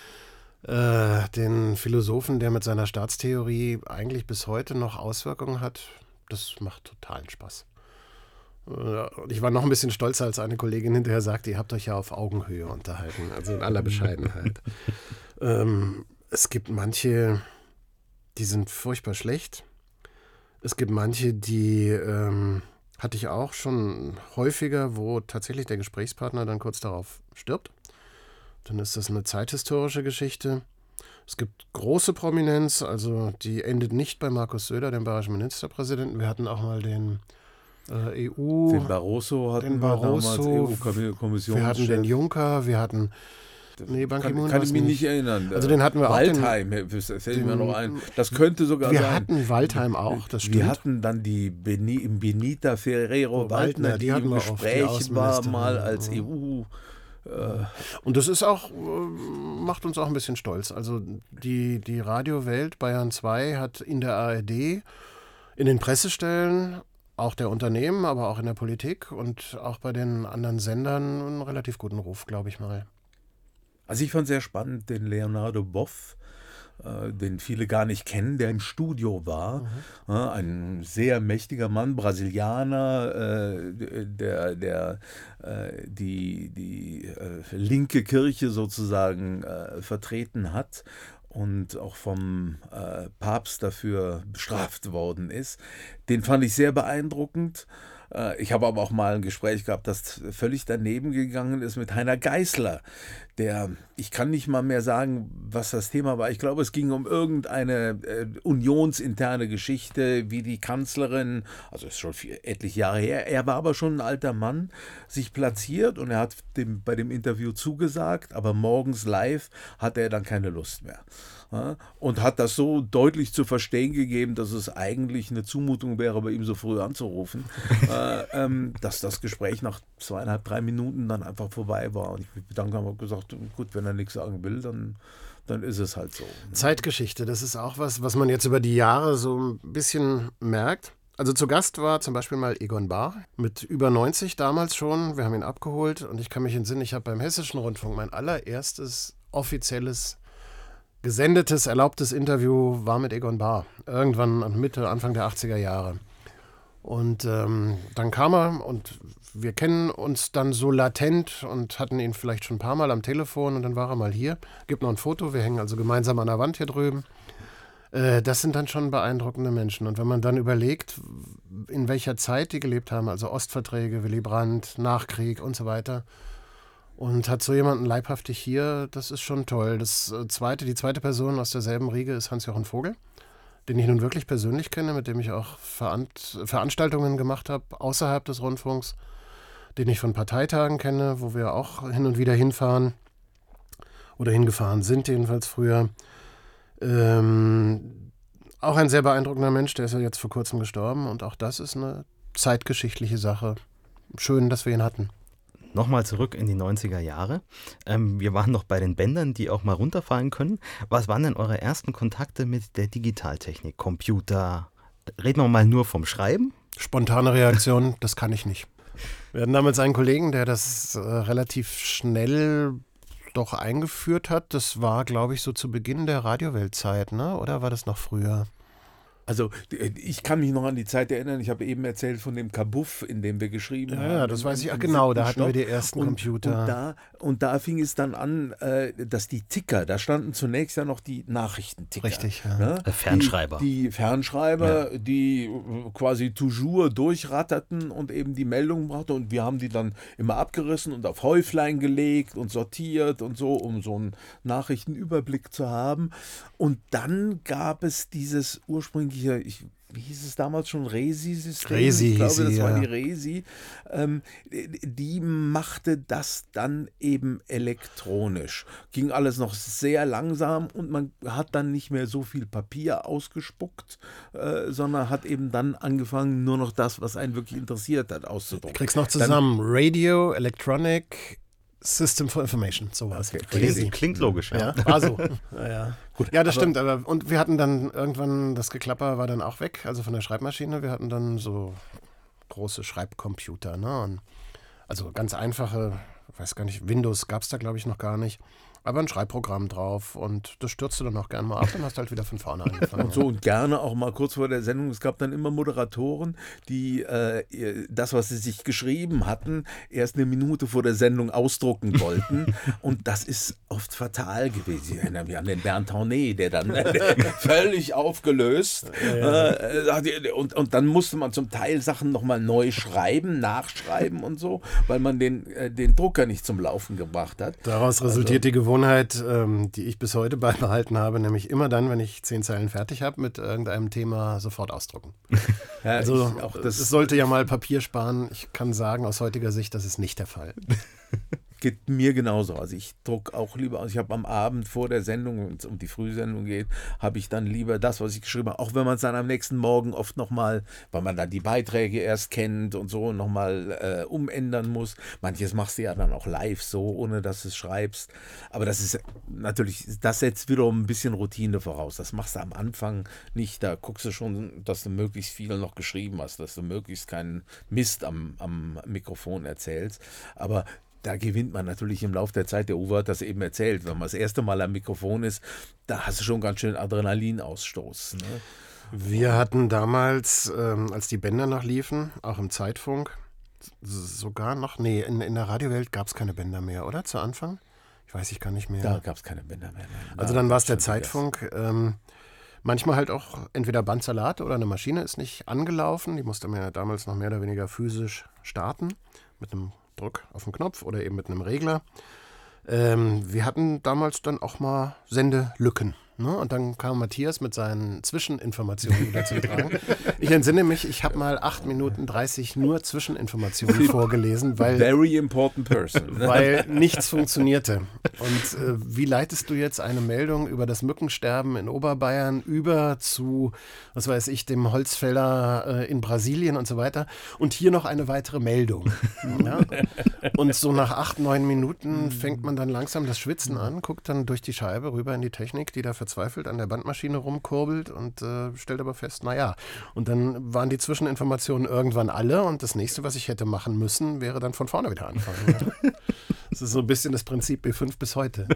Den Philosophen, der mit seiner Staatstheorie eigentlich bis heute noch Auswirkungen hat. Das macht totalen Spaß. Und ich war noch ein bisschen stolzer, als eine Kollegin hinterher sagte, ihr habt euch ja auf Augenhöhe unterhalten, also in aller Bescheidenheit. Es gibt manche, die sind furchtbar schlecht. Es gibt manche, die hatte ich auch schon häufiger, wo tatsächlich der Gesprächspartner dann kurz darauf stirbt. Dann ist das eine zeithistorische Geschichte. Es gibt große Prominenz, also die endet nicht bei Markus Söder, dem bayerischen Ministerpräsidenten. Wir hatten auch mal den Den Barroso hatten wir damals, EU-Kommissionschef. Wir hatten den Juncker, wir hatten Ban Ki-moon kann ich mich nicht erinnern. Also den hatten wir Waldheim, fällt mir noch ein. Das könnte sogar sein. Wir hatten Waldheim auch, das stimmt. Wir hatten dann die Benita Ferrero-Waldner, die im Gespräch war mal als EU. Und das ist auch, macht uns auch ein bisschen stolz. Also die Radiowelt Bayern 2 hat in der ARD, in den Pressestellen, auch der Unternehmen, aber auch in der Politik und auch bei den anderen Sendern einen relativ guten Ruf, glaube ich mal. Also ich fand sehr spannend den Leonardo Boff, den viele gar nicht kennen, der im Studio war. Ein sehr mächtiger Mann, Brasilianer, der die linke Kirche sozusagen vertreten hat und auch vom Papst dafür bestraft worden ist. Den fand ich sehr beeindruckend. Ich habe aber auch mal ein Gespräch gehabt, das völlig daneben gegangen ist mit Heiner Geißler. Ich kann nicht mal mehr sagen, was das Thema war. Ich glaube, es ging um irgendeine unionsinterne Geschichte, wie die Kanzlerin, also ist schon etliche Jahre her, er war aber schon ein alter Mann, sich platziert und er hat bei dem Interview zugesagt, aber morgens live hatte er dann keine Lust mehr. Ja, und hat das so deutlich zu verstehen gegeben, dass es eigentlich eine Zumutung wäre, bei ihm so früh anzurufen, dass das Gespräch nach 2,5, 3 Minuten dann einfach vorbei war. Und ich mich bedankt habe und gesagt, gut, wenn er nichts sagen will, dann ist es halt so. Zeitgeschichte, das ist auch was man jetzt über die Jahre so ein bisschen merkt. Also zu Gast war zum Beispiel mal Egon Bahr, mit über 90 damals schon. Wir haben ihn abgeholt und ich kann mich entsinnen, ich habe beim Hessischen Rundfunk mein allererstes offizielles gesendetes, erlaubtes Interview war mit Egon Bahr. Irgendwann Anfang der 80er Jahre. Und dann kam er und wir kennen uns dann so latent und hatten ihn vielleicht schon ein paar Mal am Telefon und dann war er mal hier. Gibt noch ein Foto, wir hängen also gemeinsam an der Wand hier drüben. Das sind dann schon beeindruckende Menschen. Und wenn man dann überlegt, in welcher Zeit die gelebt haben, also Ostverträge, Willy Brandt, Nachkrieg und so weiter, und hat so jemanden leibhaftig hier, das ist schon toll. Die zweite Person aus derselben Riege ist Hans-Jochen Vogel, den ich nun wirklich persönlich kenne, mit dem ich auch Veranstaltungen gemacht habe, außerhalb des Rundfunks, den ich von Parteitagen kenne, wo wir auch hin und wieder hinfahren oder hingefahren sind, jedenfalls früher. Auch ein sehr beeindruckender Mensch, der ist ja jetzt vor kurzem gestorben und auch das ist eine zeitgeschichtliche Sache. Schön, dass wir ihn hatten. Nochmal zurück in die 90er Jahre. Wir waren noch bei den Bändern, die auch mal runterfallen können. Was waren denn eure ersten Kontakte mit der Digitaltechnik, Computer? Reden wir mal nur vom Schreiben? Spontane Reaktion, das kann ich nicht. Wir hatten damals einen Kollegen, der das relativ schnell doch eingeführt hat. Das war, glaube ich, so zu Beginn der Radioweltzeit, ne? Oder war das noch früher? Also ich kann mich noch an die Zeit erinnern, ich habe eben erzählt von dem Kabuff, in dem wir geschrieben haben. Ja, das weiß ich. Ach genau, da hatten wir die ersten Computer. Und da fing es dann an, dass die Ticker, da standen zunächst ja noch die Nachrichtenticker. Richtig, ja. Ne? Fernschreiber. Die Fernschreiber, ja, die quasi toujours durchratterten und eben die Meldungen brachten. Und wir haben die dann immer abgerissen und auf Häuflein gelegt und sortiert und so, um so einen Nachrichtenüberblick zu haben. Und dann gab es dieses ursprüngliche, wie hieß es damals schon, Resi-System? Resi, ich glaube, das war ja die Resi. Die machte das dann eben elektronisch. Ging alles noch sehr langsam und man hat dann nicht mehr so viel Papier ausgespuckt, sondern hat eben dann angefangen, nur noch das, was einen wirklich interessiert hat, auszudrucken. Ich krieg's noch zusammen. Radio, Electronic, System for Information, sowas. Okay. Klingt logisch, ja. Ja, war so. Ja. Gut, ja, das stimmt. Und wir hatten dann irgendwann, das Geklapper war dann auch weg, also von der Schreibmaschine. Wir hatten dann so große Schreibcomputer, ne? Und also ganz einfache, weiß gar nicht, Windows gab es da, glaube ich, noch gar nicht. Aber ein Schreibprogramm drauf und das stürzte dann auch gerne mal ab und hast halt wieder von vorne angefangen. Und so und gerne auch mal kurz vor der Sendung, es gab dann immer Moderatoren, die das, was sie sich geschrieben hatten, erst eine Minute vor der Sendung ausdrucken wollten und das ist oft fatal gewesen. Ich erinnere mich an den Bernd Taunay, der dann völlig aufgelöst und dann musste man zum Teil Sachen nochmal neu schreiben, nachschreiben und so, weil man den Drucker nicht zum Laufen gebracht hat. Daraus resultiert die Gewohnheit, die ich bis heute beibehalten habe, nämlich immer dann, wenn ich 10 Zeilen fertig habe, mit irgendeinem Thema sofort ausdrucken. Ja, also es sollte ja mal Papier sparen. Ich kann sagen, aus heutiger Sicht, das ist nicht der Fall. Geht mir genauso. Also ich drucke auch lieber aus. Ich habe am Abend vor der Sendung, wenn es um die Frühsendung geht, habe ich dann lieber das, was ich geschrieben habe. Auch wenn man es dann am nächsten Morgen oft nochmal, weil man dann die Beiträge erst kennt und so nochmal umändern muss. Manches machst du ja dann auch live so, ohne dass du es schreibst. Aber das ist natürlich, das setzt wiederum ein bisschen Routine voraus. Das machst du am Anfang nicht. Da guckst du schon, dass du möglichst viel noch geschrieben hast, dass du möglichst keinen Mist am Mikrofon erzählst. Aber da gewinnt man natürlich im Laufe der Zeit, der Uwe hat das eben erzählt, wenn man das erste Mal am Mikrofon ist, da hast du schon ganz schön Adrenalinausstoß. Ne? Wir hatten damals, als die Bänder noch liefen, auch im Zeitfunk, sogar noch, in der Radiowelt gab es keine Bänder mehr, oder? Zu Anfang? Ich weiß gar nicht mehr. Da gab es keine Bänder mehr. Also dann war es der Zeitfunk. Manchmal halt auch entweder Bandsalat oder eine Maschine ist nicht angelaufen. Die musste man ja damals noch mehr oder weniger physisch starten, mit einem Druck auf den Knopf oder eben mit einem Regler. Wir hatten damals dann auch mal Sendelücken. Ne? Und dann kam Matthias mit seinen Zwischeninformationen wieder zum Tragen. Ich entsinne mich, ich habe mal 8 Minuten 30 nur Zwischeninformationen vorgelesen, Very important person. weil nichts funktionierte. Und wie leitest du jetzt eine Meldung über das Mückensterben in Oberbayern über zu, was weiß ich, dem Holzfäller in Brasilien und so weiter und hier noch eine weitere Meldung. Ja? Und so nach 8, 9 Minuten fängt man dann langsam das Schwitzen an, guckt dann durch die Scheibe rüber in die Technik, die da verzweifelt an der Bandmaschine rumkurbelt und stellt aber fest, naja. Und dann waren die Zwischeninformationen irgendwann alle und das nächste, was ich hätte machen müssen, wäre dann von vorne wieder anfangen. Ja. Das ist so ein bisschen das Prinzip B5 bis heute.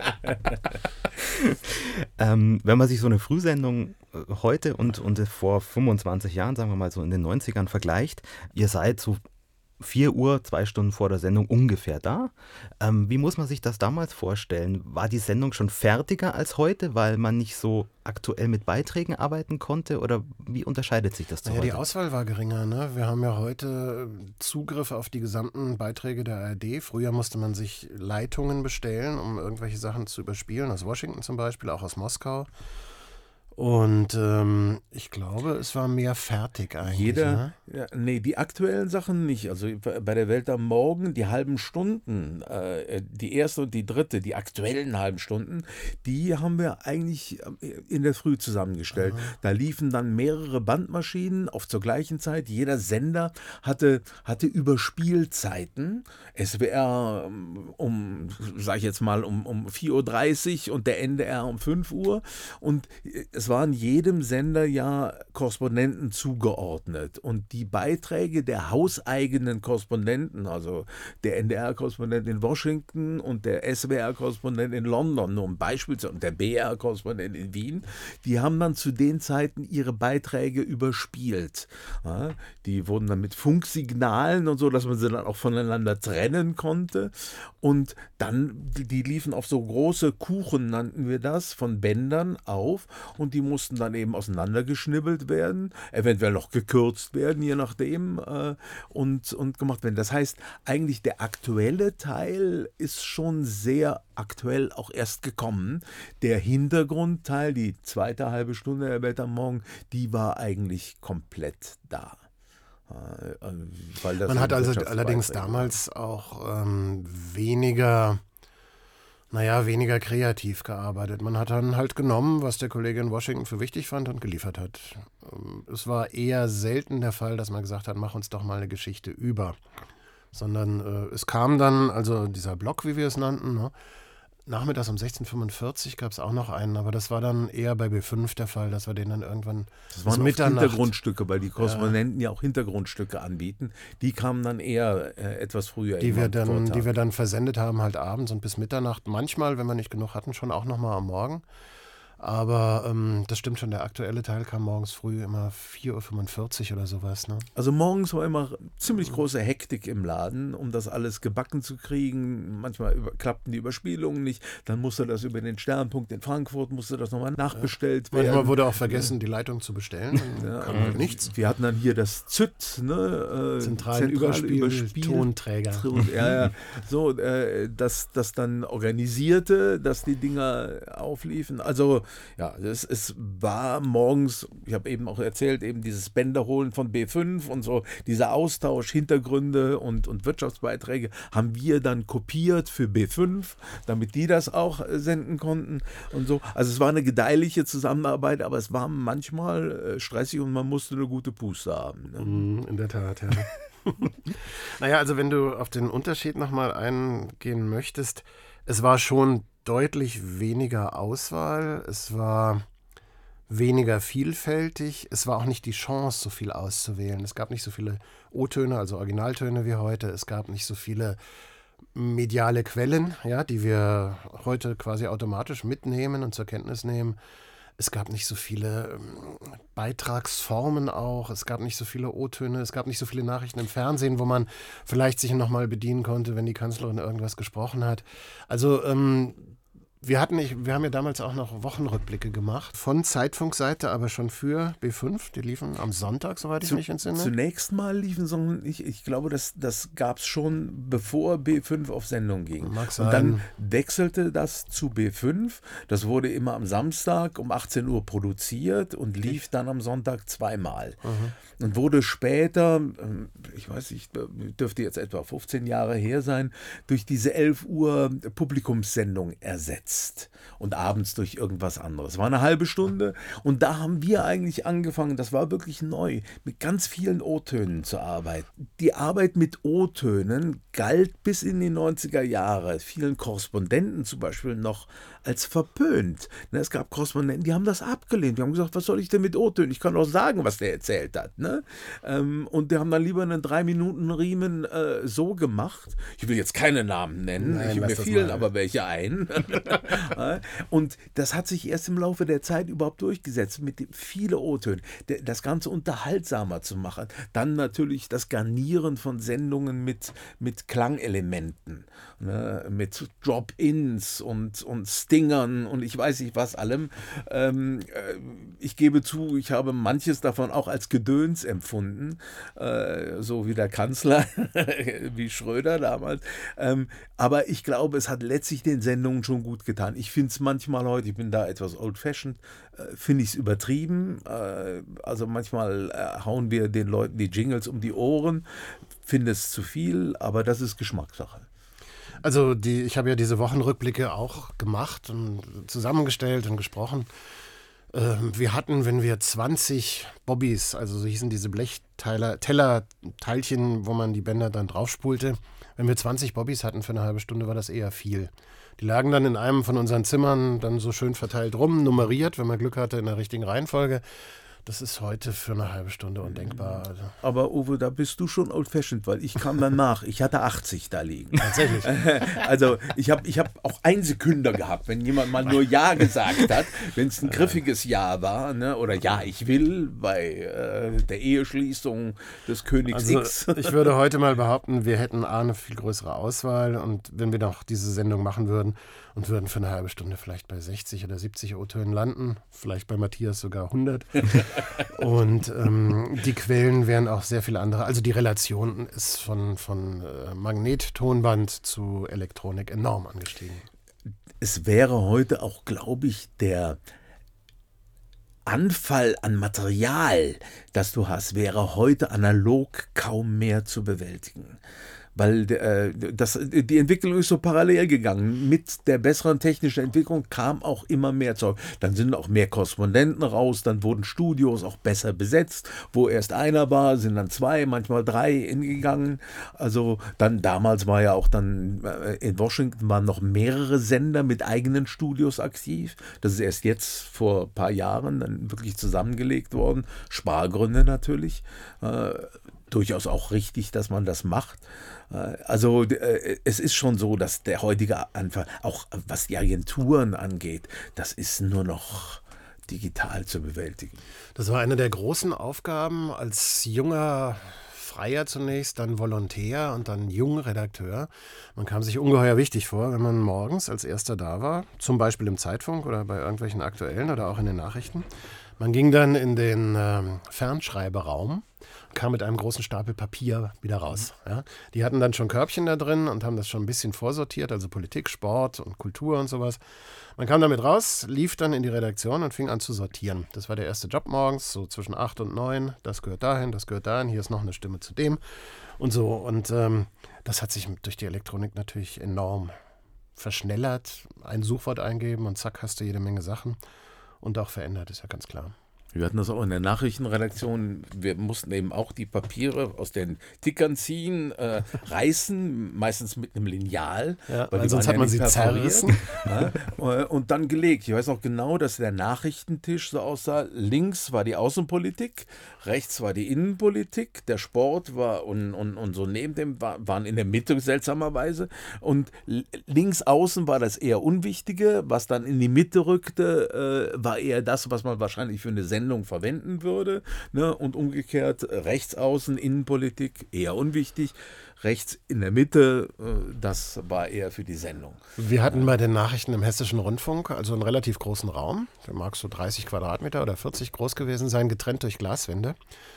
Wenn man sich so eine Frühsendung heute und vor 25 Jahren, sagen wir mal so in den 90ern vergleicht, ihr seid so 4 Uhr, 2 Stunden vor der Sendung ungefähr da. Wie muss man sich das damals vorstellen? War die Sendung schon fertiger als heute, weil man nicht so aktuell mit Beiträgen arbeiten konnte? Oder wie unterscheidet sich das zu Naja, heute? die Auswahl war geringer. Ne? Wir haben ja heute Zugriff auf die gesamten Beiträge der ARD. Früher musste man sich Leitungen bestellen, um irgendwelche Sachen zu überspielen, aus Washington zum Beispiel, auch aus Moskau. Und ich glaube, es war mehr fertig eigentlich. Ne? Nee, die aktuellen Sachen nicht. Also bei der Welt am Morgen, die halben Stunden, die erste und die dritte, die aktuellen halben Stunden, die haben wir eigentlich in der Früh zusammengestellt. Da liefen dann mehrere Bandmaschinen auf zur gleichen Zeit. Jeder Sender hatte Überspielzeiten. SWR sag ich jetzt mal, um 4:30 Uhr und der NDR um 5 Uhr. Und es waren jedem Sender ja Korrespondenten zugeordnet und die Beiträge der hauseigenen Korrespondenten, also der NDR-Korrespondent in Washington und der SWR-Korrespondent in London, nur ein Beispiel, und der BR-Korrespondent in Wien, die haben dann zu den Zeiten ihre Beiträge überspielt. Ja, die wurden dann mit Funksignalen und so, dass man sie dann auch voneinander trennen konnte und dann, die liefen auf so große Kuchen, nannten wir das, von Bändern auf und die mussten dann eben auseinandergeschnibbelt werden, eventuell noch gekürzt werden, je nachdem, und gemacht werden. Das heißt, eigentlich der aktuelle Teil ist schon sehr aktuell auch erst gekommen. Der Hintergrundteil, die zweite halbe Stunde der Welt am Morgen, die war eigentlich komplett da. Man hat also allerdings damals auch weniger kreativ gearbeitet. Man hat dann halt genommen, was der Kollege in Washington für wichtig fand und geliefert hat. Es war eher selten der Fall, dass man gesagt hat, mach uns doch mal eine Geschichte über. Sondern es kam dann, also dieser Block, wie wir es nannten, ne? Nachmittags um 16:45 gab es auch noch einen, aber das war dann eher bei B5 der Fall, dass wir den dann irgendwann das waren Mitternacht. Hintergrundstücke, weil die Korrespondenten ja auch Hintergrundstücke anbieten. Die kamen dann eher etwas früher. Die wir dann versendet haben, halt abends und bis Mitternacht. Manchmal, wenn wir nicht genug hatten, schon auch nochmal am Morgen. Aber das stimmt schon, der aktuelle Teil kam morgens früh immer 4:45 Uhr oder sowas. Ne? Also morgens war immer ziemlich große Hektik im Laden, um das alles gebacken zu kriegen. Manchmal klappten die Überspielungen nicht. Dann musste das über den Sternpunkt in Frankfurt, musste das nochmal nachbestellt werden. Manchmal wurde auch vergessen, die Leitung zu bestellen. Dann kam halt nichts. Wir hatten dann hier das ZÜT, ne? Zentrale Überspiel-Tonträger. Ja, so, das dann organisierte, dass die Dinger aufliefen. Also ja, es war morgens, ich habe eben auch erzählt, eben dieses Bänderholen von B5 und so, dieser Austausch, Hintergründe und Wirtschaftsbeiträge haben wir dann kopiert für B5, damit die das auch senden konnten und so. Also es war eine gedeihliche Zusammenarbeit, aber es war manchmal stressig und man musste eine gute Puste haben. Ne? In der Tat, ja. Naja, also wenn du auf den Unterschied nochmal eingehen möchtest, es war schon deutlich weniger Auswahl, es war weniger vielfältig, es war auch nicht die Chance, so viel auszuwählen. Es gab nicht so viele O-Töne, also Originaltöne wie heute, es gab nicht so viele mediale Quellen, ja, die wir heute quasi automatisch mitnehmen und zur Kenntnis nehmen. Es gab nicht so viele Beitragsformen auch, es gab nicht so viele O-Töne, es gab nicht so viele Nachrichten im Fernsehen, wo man vielleicht sich nochmal bedienen konnte, wenn die Kanzlerin irgendwas gesprochen hat. Also Wir haben ja damals auch noch Wochenrückblicke gemacht, von Zeitfunkseite, aber schon für B5. Die liefen am Sonntag, soweit ich mich entsinne. Zunächst mal liefen so, ich glaube, das gab es schon, bevor B5 auf Sendung ging. Mag sein. Und dann wechselte das zu B5. Das wurde immer am Samstag um 18 Uhr produziert und lief dann am Sonntag zweimal. Und wurde später, ich weiß nicht, dürfte jetzt etwa 15 Jahre her sein, durch diese 11 Uhr Publikumssendung ersetzt. Und abends durch irgendwas anderes. War eine halbe Stunde und da haben wir eigentlich angefangen, das war wirklich neu, mit ganz vielen O-Tönen zu arbeiten. Die Arbeit mit O-Tönen galt bis in die 90er Jahre vielen Korrespondenten zum Beispiel noch als verpönt. Es gab Korrespondenten, die haben das abgelehnt. Die haben gesagt, was soll ich denn mit O-Tönen? Ich kann doch sagen, was der erzählt hat. Und die haben dann lieber einen 3-Minuten-Riemen so gemacht. Ich will jetzt keine Namen nennen, mir fielen aber welche ein. Und das hat sich erst im Laufe der Zeit überhaupt durchgesetzt, mit viele O-Töne, das Ganze unterhaltsamer zu machen. Dann natürlich das Garnieren von Sendungen mit Klangelementen, mit Drop-Ins und Stingern und ich weiß nicht was allem. Ich gebe zu, ich habe manches davon auch als Gedöns empfunden, so wie der Kanzler, wie Schröder damals. Aber ich glaube, es hat letztlich den Sendungen schon gut getan. Ich finde es manchmal heute, ich bin da etwas old-fashioned, finde ich es übertrieben. Also manchmal hauen wir den Leuten die Jingles um die Ohren, finde es zu viel, aber das ist Geschmackssache. Also ich habe ja diese Wochenrückblicke auch gemacht und zusammengestellt und gesprochen. Wir hatten, wenn wir 20 Bobbys, also so hießen diese Tellerteilchen, wo man die Bänder dann draufspulte, wenn wir 20 Bobbys hatten für eine halbe Stunde, war das eher viel. Die lagen dann in einem von unseren Zimmern dann so schön verteilt rum, nummeriert, wenn man Glück hatte, in der richtigen Reihenfolge. Das ist heute für eine halbe Stunde undenkbar. Also. Aber Uwe, da bist du schon old-fashioned, weil ich kam danach. Ich hatte 80 da liegen. Tatsächlich. Also ich hab auch Einsekünder gehabt, wenn jemand mal nur Ja gesagt hat, wenn es ein griffiges Ja war, ne? Oder Ja, ich will, bei der Eheschließung des Königs X. Ich würde heute mal behaupten, wir hätten eine viel größere Auswahl und wenn wir noch diese Sendung machen würden und würden für eine halbe Stunde vielleicht bei 60 oder 70 O-Tönen landen, vielleicht bei Matthias sogar 100. Und die Quellen wären auch sehr viele andere. Also die Relation ist von Magnettonband zu Elektronik enorm angestiegen. Es wäre heute auch, glaube ich, der Anfall an Material, das du hast, wäre heute analog kaum mehr zu bewältigen. Weil die Entwicklung ist so parallel gegangen. Mit der besseren technischen Entwicklung kam auch immer mehr Zeug. Dann sind auch mehr Korrespondenten raus, dann wurden Studios auch besser besetzt. Wo erst einer war, sind dann 2, manchmal 3 hingegangen. Also dann damals war ja auch dann in Washington waren noch mehrere Sender mit eigenen Studios aktiv. Das ist erst jetzt vor ein paar Jahren dann wirklich zusammengelegt worden. Spargründe natürlich. Durchaus auch richtig, dass man das macht. Also es ist schon so, dass der heutige Anfang, auch was die Agenturen angeht, das ist nur noch digital zu bewältigen. Das war eine der großen Aufgaben als junger Freier zunächst, dann Volontär und dann Jungredakteur. Man kam sich ungeheuer wichtig vor, wenn man morgens als Erster da war, zum Beispiel im Zeitfunk oder bei irgendwelchen Aktuellen oder auch in den Nachrichten. Man ging dann in den Fernschreiberaum, kam mit einem großen Stapel Papier wieder raus. Ja. Die hatten dann schon Körbchen da drin und haben das schon ein bisschen vorsortiert, also Politik, Sport und Kultur und sowas. Man kam damit raus, lief dann in die Redaktion und fing an zu sortieren. Das war der erste Job morgens, so zwischen 8 und 9. Das gehört dahin, hier ist noch eine Stimme zu dem und so. Und das hat sich durch die Elektronik natürlich enorm verschnellert. Ein Suchwort eingeben und zack, hast du jede Menge Sachen. Und auch verändert, ist ja ganz klar. Wir hatten das auch in der Nachrichtenredaktion. Wir mussten eben auch die Papiere aus den Tickern ziehen, reißen, meistens mit einem Lineal. Ja, weil sonst hat man sie zerrissen. Ja, und dann gelegt. Ich weiß noch genau, dass der Nachrichtentisch so aussah. Links war die Außenpolitik, rechts war die Innenpolitik, der Sport war und so neben dem waren in der Mitte seltsamerweise. Und links außen war das eher Unwichtige. Was dann in die Mitte rückte, war eher das, was man wahrscheinlich für eine Sendung Sendung verwenden würde, ne? Und umgekehrt Rechtsaußen, Innenpolitik, eher unwichtig, rechts in der Mitte, das war eher für die Sendung. Wir hatten bei den Nachrichten im Hessischen Rundfunk also einen relativ großen Raum, der mag so 30 Quadratmeter oder 40 groß gewesen sein, getrennt durch Glaswände.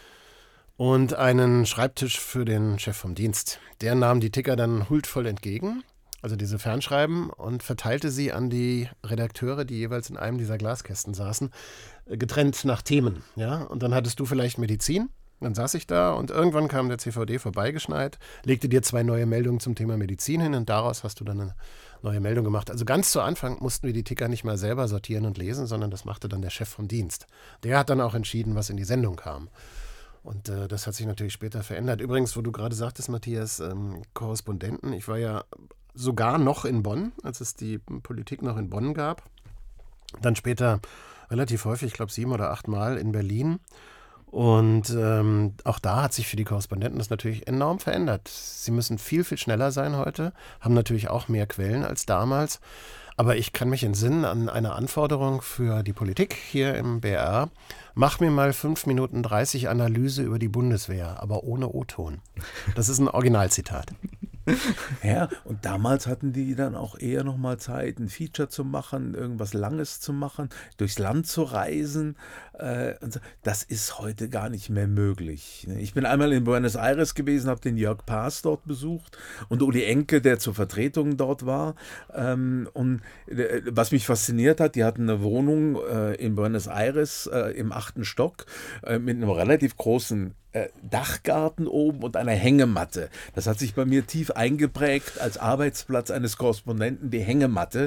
Und einen Schreibtisch für den Chef vom Dienst. Der nahm die Ticker dann huldvoll entgegen, also diese Fernschreiben, und verteilte sie an die Redakteure, die jeweils in einem dieser Glaskästen saßen, getrennt nach Themen. Ja? Und dann hattest du vielleicht Medizin, dann saß ich da und irgendwann kam der CVD vorbeigeschneit, legte dir 2 neue Meldungen zum Thema Medizin hin und daraus hast du dann eine neue Meldung gemacht. Also ganz zu Anfang mussten wir die Ticker nicht mal selber sortieren und lesen, sondern das machte dann der Chef vom Dienst. Der hat dann auch entschieden, was in die Sendung kam. Und das hat sich natürlich später verändert. Übrigens, wo du gerade sagtest, Matthias, Korrespondenten, ich war ja sogar noch in Bonn, als es die Politik noch in Bonn gab. Dann später relativ häufig, ich glaube 7 oder 8 Mal in Berlin. Und auch da hat sich für die Korrespondenten das natürlich enorm verändert. Sie müssen viel, viel schneller sein heute, haben natürlich auch mehr Quellen als damals. Aber ich kann mich entsinnen an eine Anforderung für die Politik hier im BR. Mach mir mal 5 Minuten 30 Analyse über die Bundeswehr, aber ohne O-Ton. Das ist ein Originalzitat. Ja, und damals hatten die dann auch eher noch mal Zeit, ein Feature zu machen, irgendwas Langes zu machen, durchs Land zu reisen. Und so. Das ist heute gar nicht mehr möglich. Ich bin einmal in Buenos Aires gewesen, habe den Jörg Paas dort besucht und Uli Enke, der zur Vertretung dort war. Und was mich fasziniert hat, die hatten eine Wohnung in Buenos Aires im 8. Stock mit einem relativ großen Dachgarten oben und einer Hängematte. Das hat sich bei mir tief eingeprägt als Arbeitsplatz eines Korrespondenten, die Hängematte.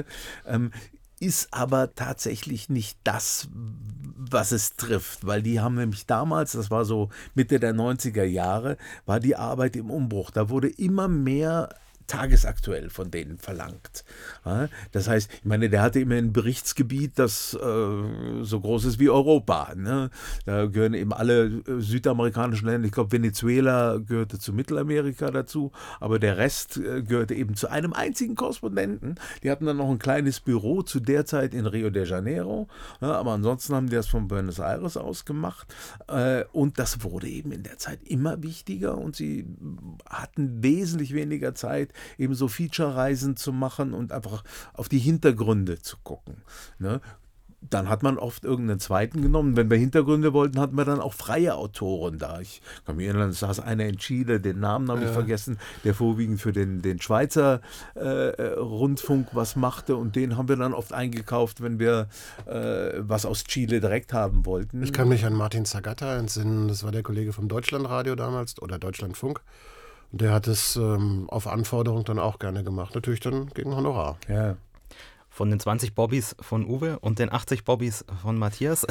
Ist aber tatsächlich nicht das, was es trifft, weil die haben nämlich damals, das war so Mitte der 90er Jahre, war die Arbeit im Umbruch. Da wurde immer mehr tagesaktuell von denen verlangt. Ja, das heißt, ich meine, der hatte immer ein Berichtsgebiet, das so groß ist wie Europa. Ne? Da gehören eben alle südamerikanischen Länder, ich glaube Venezuela gehörte zu Mittelamerika dazu, aber der Rest gehörte eben zu einem einzigen Korrespondenten. Die hatten dann noch ein kleines Büro zu der Zeit in Rio de Janeiro, ja, aber ansonsten haben die das von Buenos Aires aus gemacht und das wurde eben in der Zeit immer wichtiger und sie hatten wesentlich weniger Zeit, eben so Feature-Reisen zu machen und einfach auf die Hintergründe zu gucken. Ne? Dann hat man oft irgendeinen zweiten genommen. Wenn wir Hintergründe wollten, hatten wir dann auch freie Autoren da. Ich kann mich erinnern, es saß einer in Chile, den Namen habe ich vergessen, der vorwiegend für den Schweizer Rundfunk was machte und den haben wir dann oft eingekauft, wenn wir was aus Chile direkt haben wollten. Ich kann mich an Martin Zagata entsinnen, das war der Kollege vom Deutschlandradio damals oder Deutschlandfunk. Der hat es auf Anforderung dann auch gerne gemacht. Natürlich dann gegen Honorar. Ja. Von den 20 Bobbys von Uwe und den 80 Bobbys von Matthias.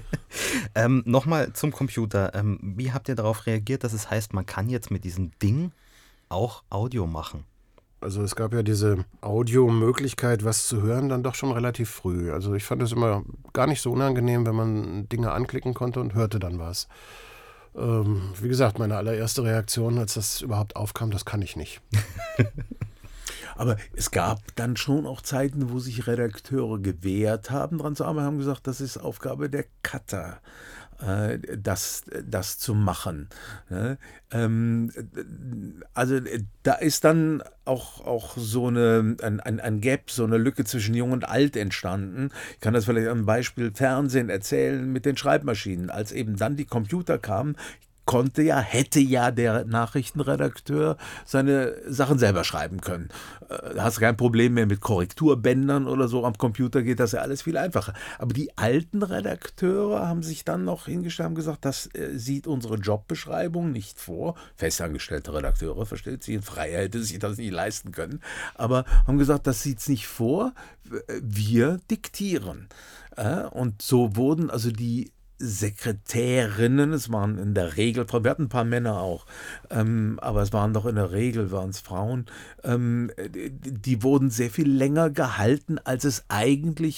Nochmal zum Computer. Wie habt ihr darauf reagiert, dass es heißt, man kann jetzt mit diesem Ding auch Audio machen? Also es gab ja diese Audiomöglichkeit, was zu hören, dann doch schon relativ früh. Also ich fand es immer gar nicht so unangenehm, wenn man Dinge anklicken konnte und hörte dann was. Wie gesagt, meine allererste Reaktion, als das überhaupt aufkam, das kann ich nicht. Aber es gab dann schon auch Zeiten, wo sich Redakteure gewehrt haben, dran zu arbeiten, haben gesagt, das ist Aufgabe der Cutter, das zu machen. Also da ist dann auch so ein Gap, so eine Lücke zwischen Jung und Alt entstanden. Ich kann das vielleicht am Beispiel Fernsehen erzählen mit den Schreibmaschinen. Als eben dann die Computer kamen, hätte ja der Nachrichtenredakteur seine Sachen selber schreiben können. Da hast du kein Problem mehr mit Korrekturbändern oder so. Am Computer geht das ja alles viel einfacher. Aber die alten Redakteure haben sich dann noch hingestellt und gesagt, das sieht unsere Jobbeschreibung nicht vor. Festangestellte Redakteure, versteht sich, in Freier hätte sich das nicht leisten können. Aber haben gesagt, das sieht es nicht vor. Wir diktieren. Und so wurden also die Sekretärinnen, es waren in der Regel Frauen, wir hatten ein paar Männer auch, aber es waren doch in der Regel, waren es Frauen, die wurden sehr viel länger gehalten, als es eigentlich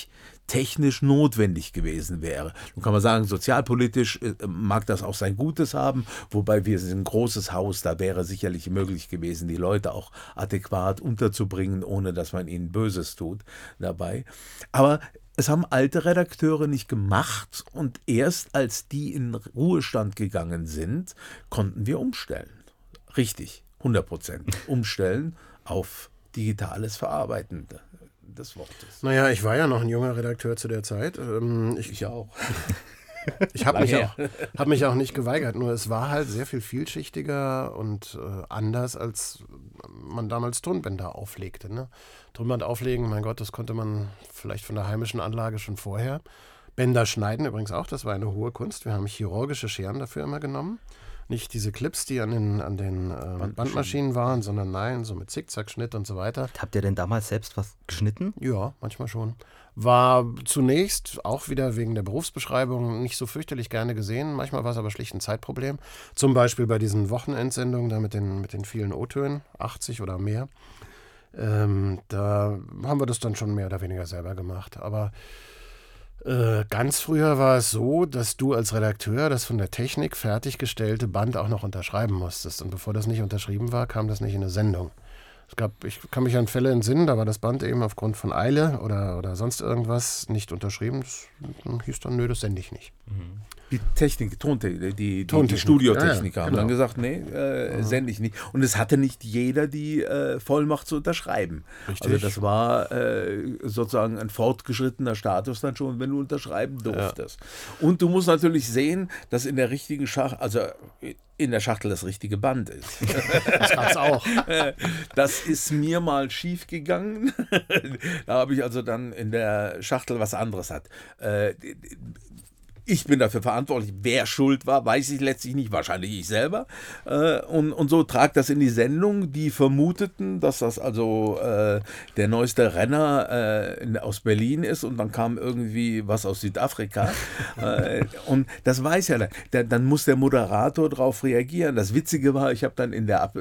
technisch notwendig gewesen wäre. Nun kann man sagen, sozialpolitisch mag das auch sein Gutes haben, wobei wir sind ein großes Haus, da wäre sicherlich möglich gewesen, die Leute auch adäquat unterzubringen, ohne dass man ihnen Böses tut dabei. Aber es haben alte Redakteure nicht gemacht und erst als die in Ruhestand gegangen sind, konnten wir umstellen. Richtig, 100% umstellen auf digitales Verarbeiten des Wortes. Naja, ich war ja noch ein junger Redakteur zu der Zeit. Ich auch. Ich habe mich auch nicht geweigert, nur es war halt sehr viel vielschichtiger und anders, als man damals Tonbänder auflegte. Ne? Tonband auflegen, mein Gott, das konnte man vielleicht von der heimischen Anlage schon vorher. Bänder schneiden übrigens auch, das war eine hohe Kunst. Wir haben chirurgische Scheren dafür immer genommen. Nicht diese Clips, die an den Bandmaschinen waren, sondern nein, so mit Zickzackschnitt und so weiter. Habt ihr denn damals selbst was geschnitten? Ja, manchmal schon. War zunächst auch wieder wegen der Berufsbeschreibung nicht so fürchterlich gerne gesehen. Manchmal war es aber schlicht ein Zeitproblem. Zum Beispiel bei diesen Wochenendsendungen da mit den vielen O-Tönen, 80 oder mehr. Da haben wir das dann schon mehr oder weniger selber gemacht. Aber ganz früher war es so, dass du als Redakteur das von der Technik fertiggestellte Band auch noch unterschreiben musstest. Und bevor das nicht unterschrieben war, kam das nicht in eine Sendung. Ich kann mich an Fälle entsinnen, da war das Band eben aufgrund von Eile oder sonst irgendwas nicht unterschrieben. Das hieß dann, nö, das sende ich nicht. Die Technik, Tontechnik, die Studiotechniker haben dann gesagt, nee, sende ich nicht. Und es hatte nicht jeder die Vollmacht zu unterschreiben. Richtig. Also das war sozusagen ein fortgeschrittener Status dann schon, wenn du unterschreiben durftest. Ja. Und du musst natürlich sehen, dass in der richtigen in der Schachtel das richtige Band ist. Das gab's auch. Das ist mir mal schief gegangen. Da habe ich also dann in der Schachtel was anderes hat. Ich bin dafür verantwortlich. Wer schuld war, weiß ich letztlich nicht. Wahrscheinlich ich selber. Und so tragt das in die Sendung. Die vermuteten, dass das also der neueste Renner aus Berlin ist. Und dann kam irgendwie was aus Südafrika. Und das weiß ja dann muss der Moderator darauf reagieren. Das Witzige war, ich habe dann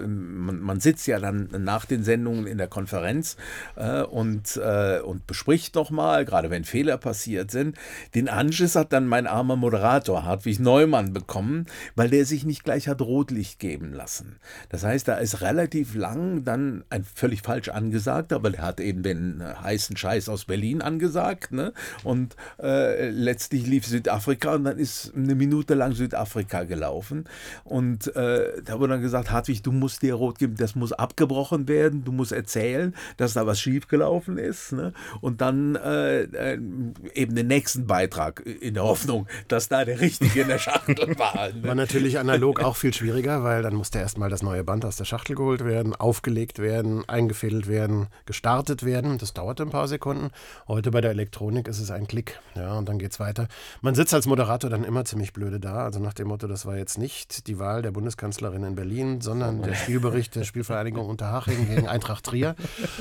man sitzt ja dann nach den Sendungen in der Konferenz und bespricht nochmal, gerade wenn Fehler passiert sind. Den Anschiss hat dann mein armer Moderator Hartwig Neumann bekommen, weil der sich nicht gleich hat Rotlicht geben lassen. Das heißt, da ist relativ lang dann ein völlig falsch angesagt, aber der hat eben den heißen Scheiß aus Berlin angesagt, ne? Und letztlich lief Südafrika und dann ist eine Minute lang Südafrika gelaufen und da wurde dann gesagt, Hartwig, du musst dir rot geben, das muss abgebrochen werden, du musst erzählen, dass da was schiefgelaufen ist, ne? Und dann eben den nächsten Beitrag in der Hoffnung, dass da der Richtige in der Schachtel war. Ne? War natürlich analog auch viel schwieriger, weil dann musste erstmal das neue Band aus der Schachtel geholt werden, aufgelegt werden, eingefädelt werden, gestartet werden. Das dauerte ein paar Sekunden. Heute bei der Elektronik ist es ein Klick. Ja, und dann geht's weiter. Man sitzt als Moderator dann immer ziemlich blöde da. Also nach dem Motto, das war jetzt nicht die Wahl der Bundeskanzlerin in Berlin, sondern der Spielbericht der Spielvereinigung Unterhaching gegen Eintracht Trier.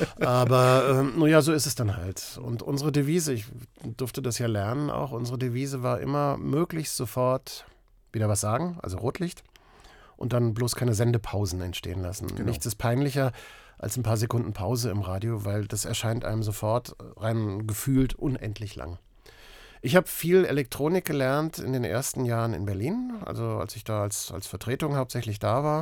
Aber naja, so ist es dann halt. Und unsere Devise, ich durfte das ja lernen auch, unsere Devise war immer möglichst sofort wieder was sagen, also Rotlicht, und dann bloß keine Sendepausen entstehen lassen. Genau. Nichts ist peinlicher als ein paar Sekunden Pause im Radio, weil das erscheint einem sofort rein gefühlt unendlich lang. Ich habe viel Elektronik gelernt in den ersten Jahren in Berlin, also als ich da als Vertretung hauptsächlich da war,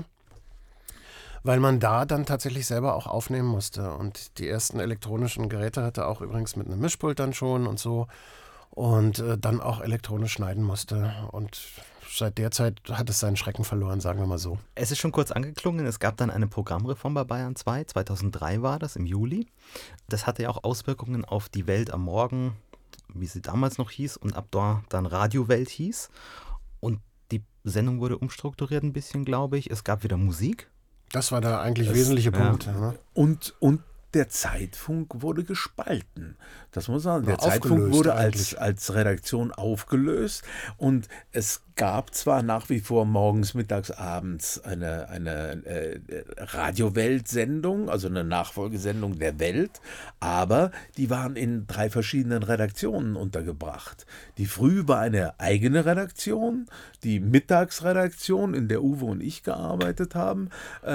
weil man da dann tatsächlich selber auch aufnehmen musste. Und die ersten elektronischen Geräte hatte auch übrigens mit einem Mischpult dann schon und so. Und dann auch elektronisch schneiden musste. Und seit der Zeit hat es seinen Schrecken verloren, sagen wir mal so. Es ist schon kurz angeklungen, es gab dann eine Programmreform bei Bayern 2, 2003 war das, im Juli. Das hatte ja auch Auswirkungen auf die Welt am Morgen, wie sie damals noch hieß, und ab da dann Radiowelt hieß. Und die Sendung wurde umstrukturiert ein bisschen, glaube ich. Es gab wieder Musik. Das war der eigentlich wesentliche Punkt. Ja. Und der Zeitfunk wurde gespalten. Das muss man sagen. Der Zeitfunk wurde als Redaktion aufgelöst und es gab zwar nach wie vor morgens, mittags, abends eine Radiowelt-Sendung, also eine Nachfolgesendung der Welt, aber die waren in 3 verschiedenen Redaktionen untergebracht. Die Früh war eine eigene Redaktion, die Mittagsredaktion, in der Uwe und ich gearbeitet haben,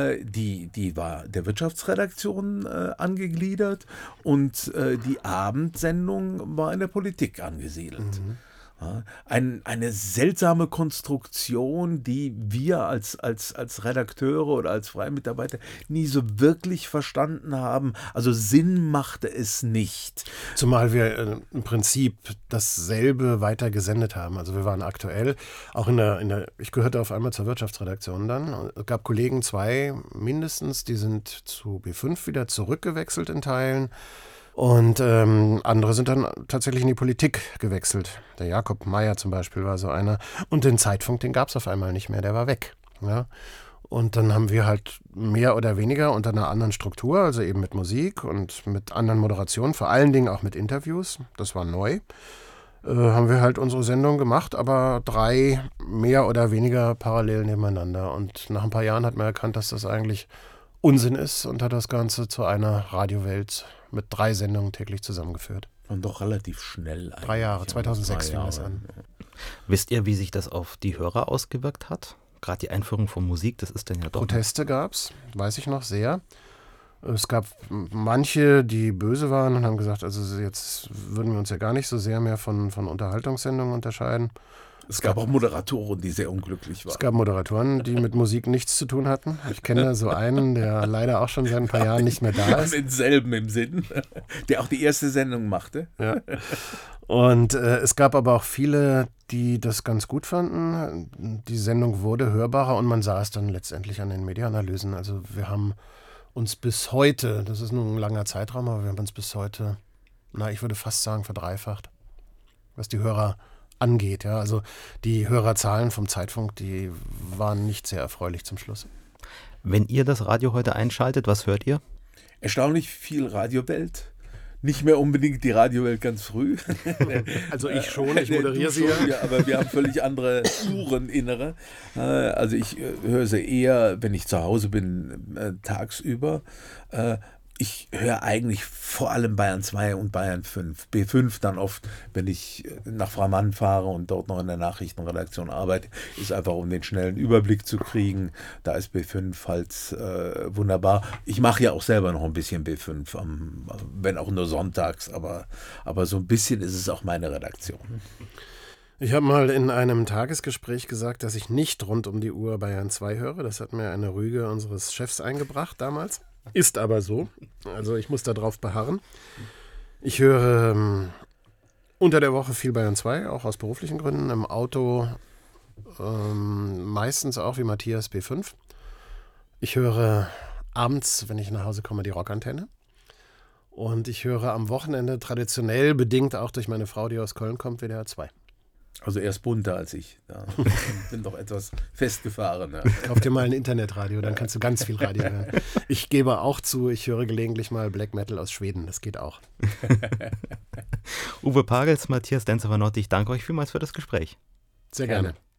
die war der Wirtschaftsredaktion angegliedert und die Abendsendung war in der Politik angesiedelt. Mhm. Ja, eine seltsame Konstruktion, die wir als Redakteure oder als freie Mitarbeiter nie so wirklich verstanden haben. Also Sinn machte es nicht. Zumal wir im Prinzip dasselbe weiter gesendet haben. Also wir waren aktuell, auch ich gehörte auf einmal zur Wirtschaftsredaktion dann. Es gab Kollegen, 2 mindestens, die sind zu B5 wieder zurückgewechselt in Teilen. Und andere sind dann tatsächlich in die Politik gewechselt. Der Jakob Meyer zum Beispiel war so einer. Und den Zeitfunk, den gab es auf einmal nicht mehr, der war weg. Ja? Und dann haben wir halt mehr oder weniger unter einer anderen Struktur, also eben mit Musik und mit anderen Moderationen, vor allen Dingen auch mit Interviews, das war neu, haben wir halt unsere Sendung gemacht, aber 3 mehr oder weniger parallel nebeneinander. Und nach ein paar Jahren hat man erkannt, dass das eigentlich Unsinn ist und hat das Ganze zu einer Radiowelt mit 3 Sendungen täglich zusammengeführt. Und doch relativ schnell. 3 Jahre, 2006 fing das an. Wisst ihr, wie sich das auf die Hörer ausgewirkt hat? Gerade die Einführung von Musik, das ist dann ja doch... Proteste gab es, weiß ich noch sehr. Es gab manche, die böse waren und haben gesagt, also jetzt würden wir uns ja gar nicht so sehr mehr von Unterhaltungssendungen unterscheiden. Es gab auch Moderatoren, die sehr unglücklich waren. Es gab Moderatoren, die mit Musik nichts zu tun hatten. Ich kenne da so einen, der leider auch schon seit ein paar Jahren nicht mehr da ist. Denselben im Sinn, der auch die erste Sendung machte. Ja. Und es gab aber auch viele, die das ganz gut fanden. Die Sendung wurde hörbarer und man sah es dann letztendlich an den Medienanalysen. Also wir haben uns bis heute, das ist nun ein langer Zeitraum, aber wir haben uns bis heute, ich würde fast sagen, verdreifacht, was die Hörer angeht. Ja. Also die Hörerzahlen vom Zeitfunk, die waren nicht sehr erfreulich zum Schluss. Wenn ihr das Radio heute einschaltet, was hört ihr? Erstaunlich viel Radiowelt. Nicht mehr unbedingt die Radiowelt ganz früh. Also ich schon, ich moderiere sie ja. Aber wir haben völlig andere Uhreninnere. Also ich höre sie eher, wenn ich zu Hause bin, tagsüber. Ich höre eigentlich vor allem Bayern 2 und Bayern 5. B5 dann oft, wenn ich nach Freimann fahre und dort noch in der Nachrichtenredaktion arbeite, ist einfach, um den schnellen Überblick zu kriegen. Da ist B5 halt wunderbar. Ich mache ja auch selber noch ein bisschen B5, wenn auch nur sonntags, aber so ein bisschen ist es auch meine Redaktion. Ich habe mal in einem Tagesgespräch gesagt, dass ich nicht rund um die Uhr Bayern 2 höre. Das hat mir eine Rüge unseres Chefs eingebracht damals. Ist aber so. Also ich muss da drauf beharren. Ich höre unter der Woche viel Bayern 2, auch aus beruflichen Gründen. Im Auto meistens auch wie Matthias B5. Ich höre abends, wenn ich nach Hause komme, die Rockantenne. Und ich höre am Wochenende traditionell, bedingt auch durch meine Frau, die aus Köln kommt, WDR 2. Also er ist bunter als ich. Ja. Bin doch etwas festgefahren. Ja. Kauf dir mal ein Internetradio, dann kannst du ganz viel Radio hören. Ich gebe auch zu, ich höre gelegentlich mal Black Metal aus Schweden. Das geht auch. Uwe Pagels, Matthias Denzer-Vanotti, ich danke euch vielmals für das Gespräch. Sehr gerne.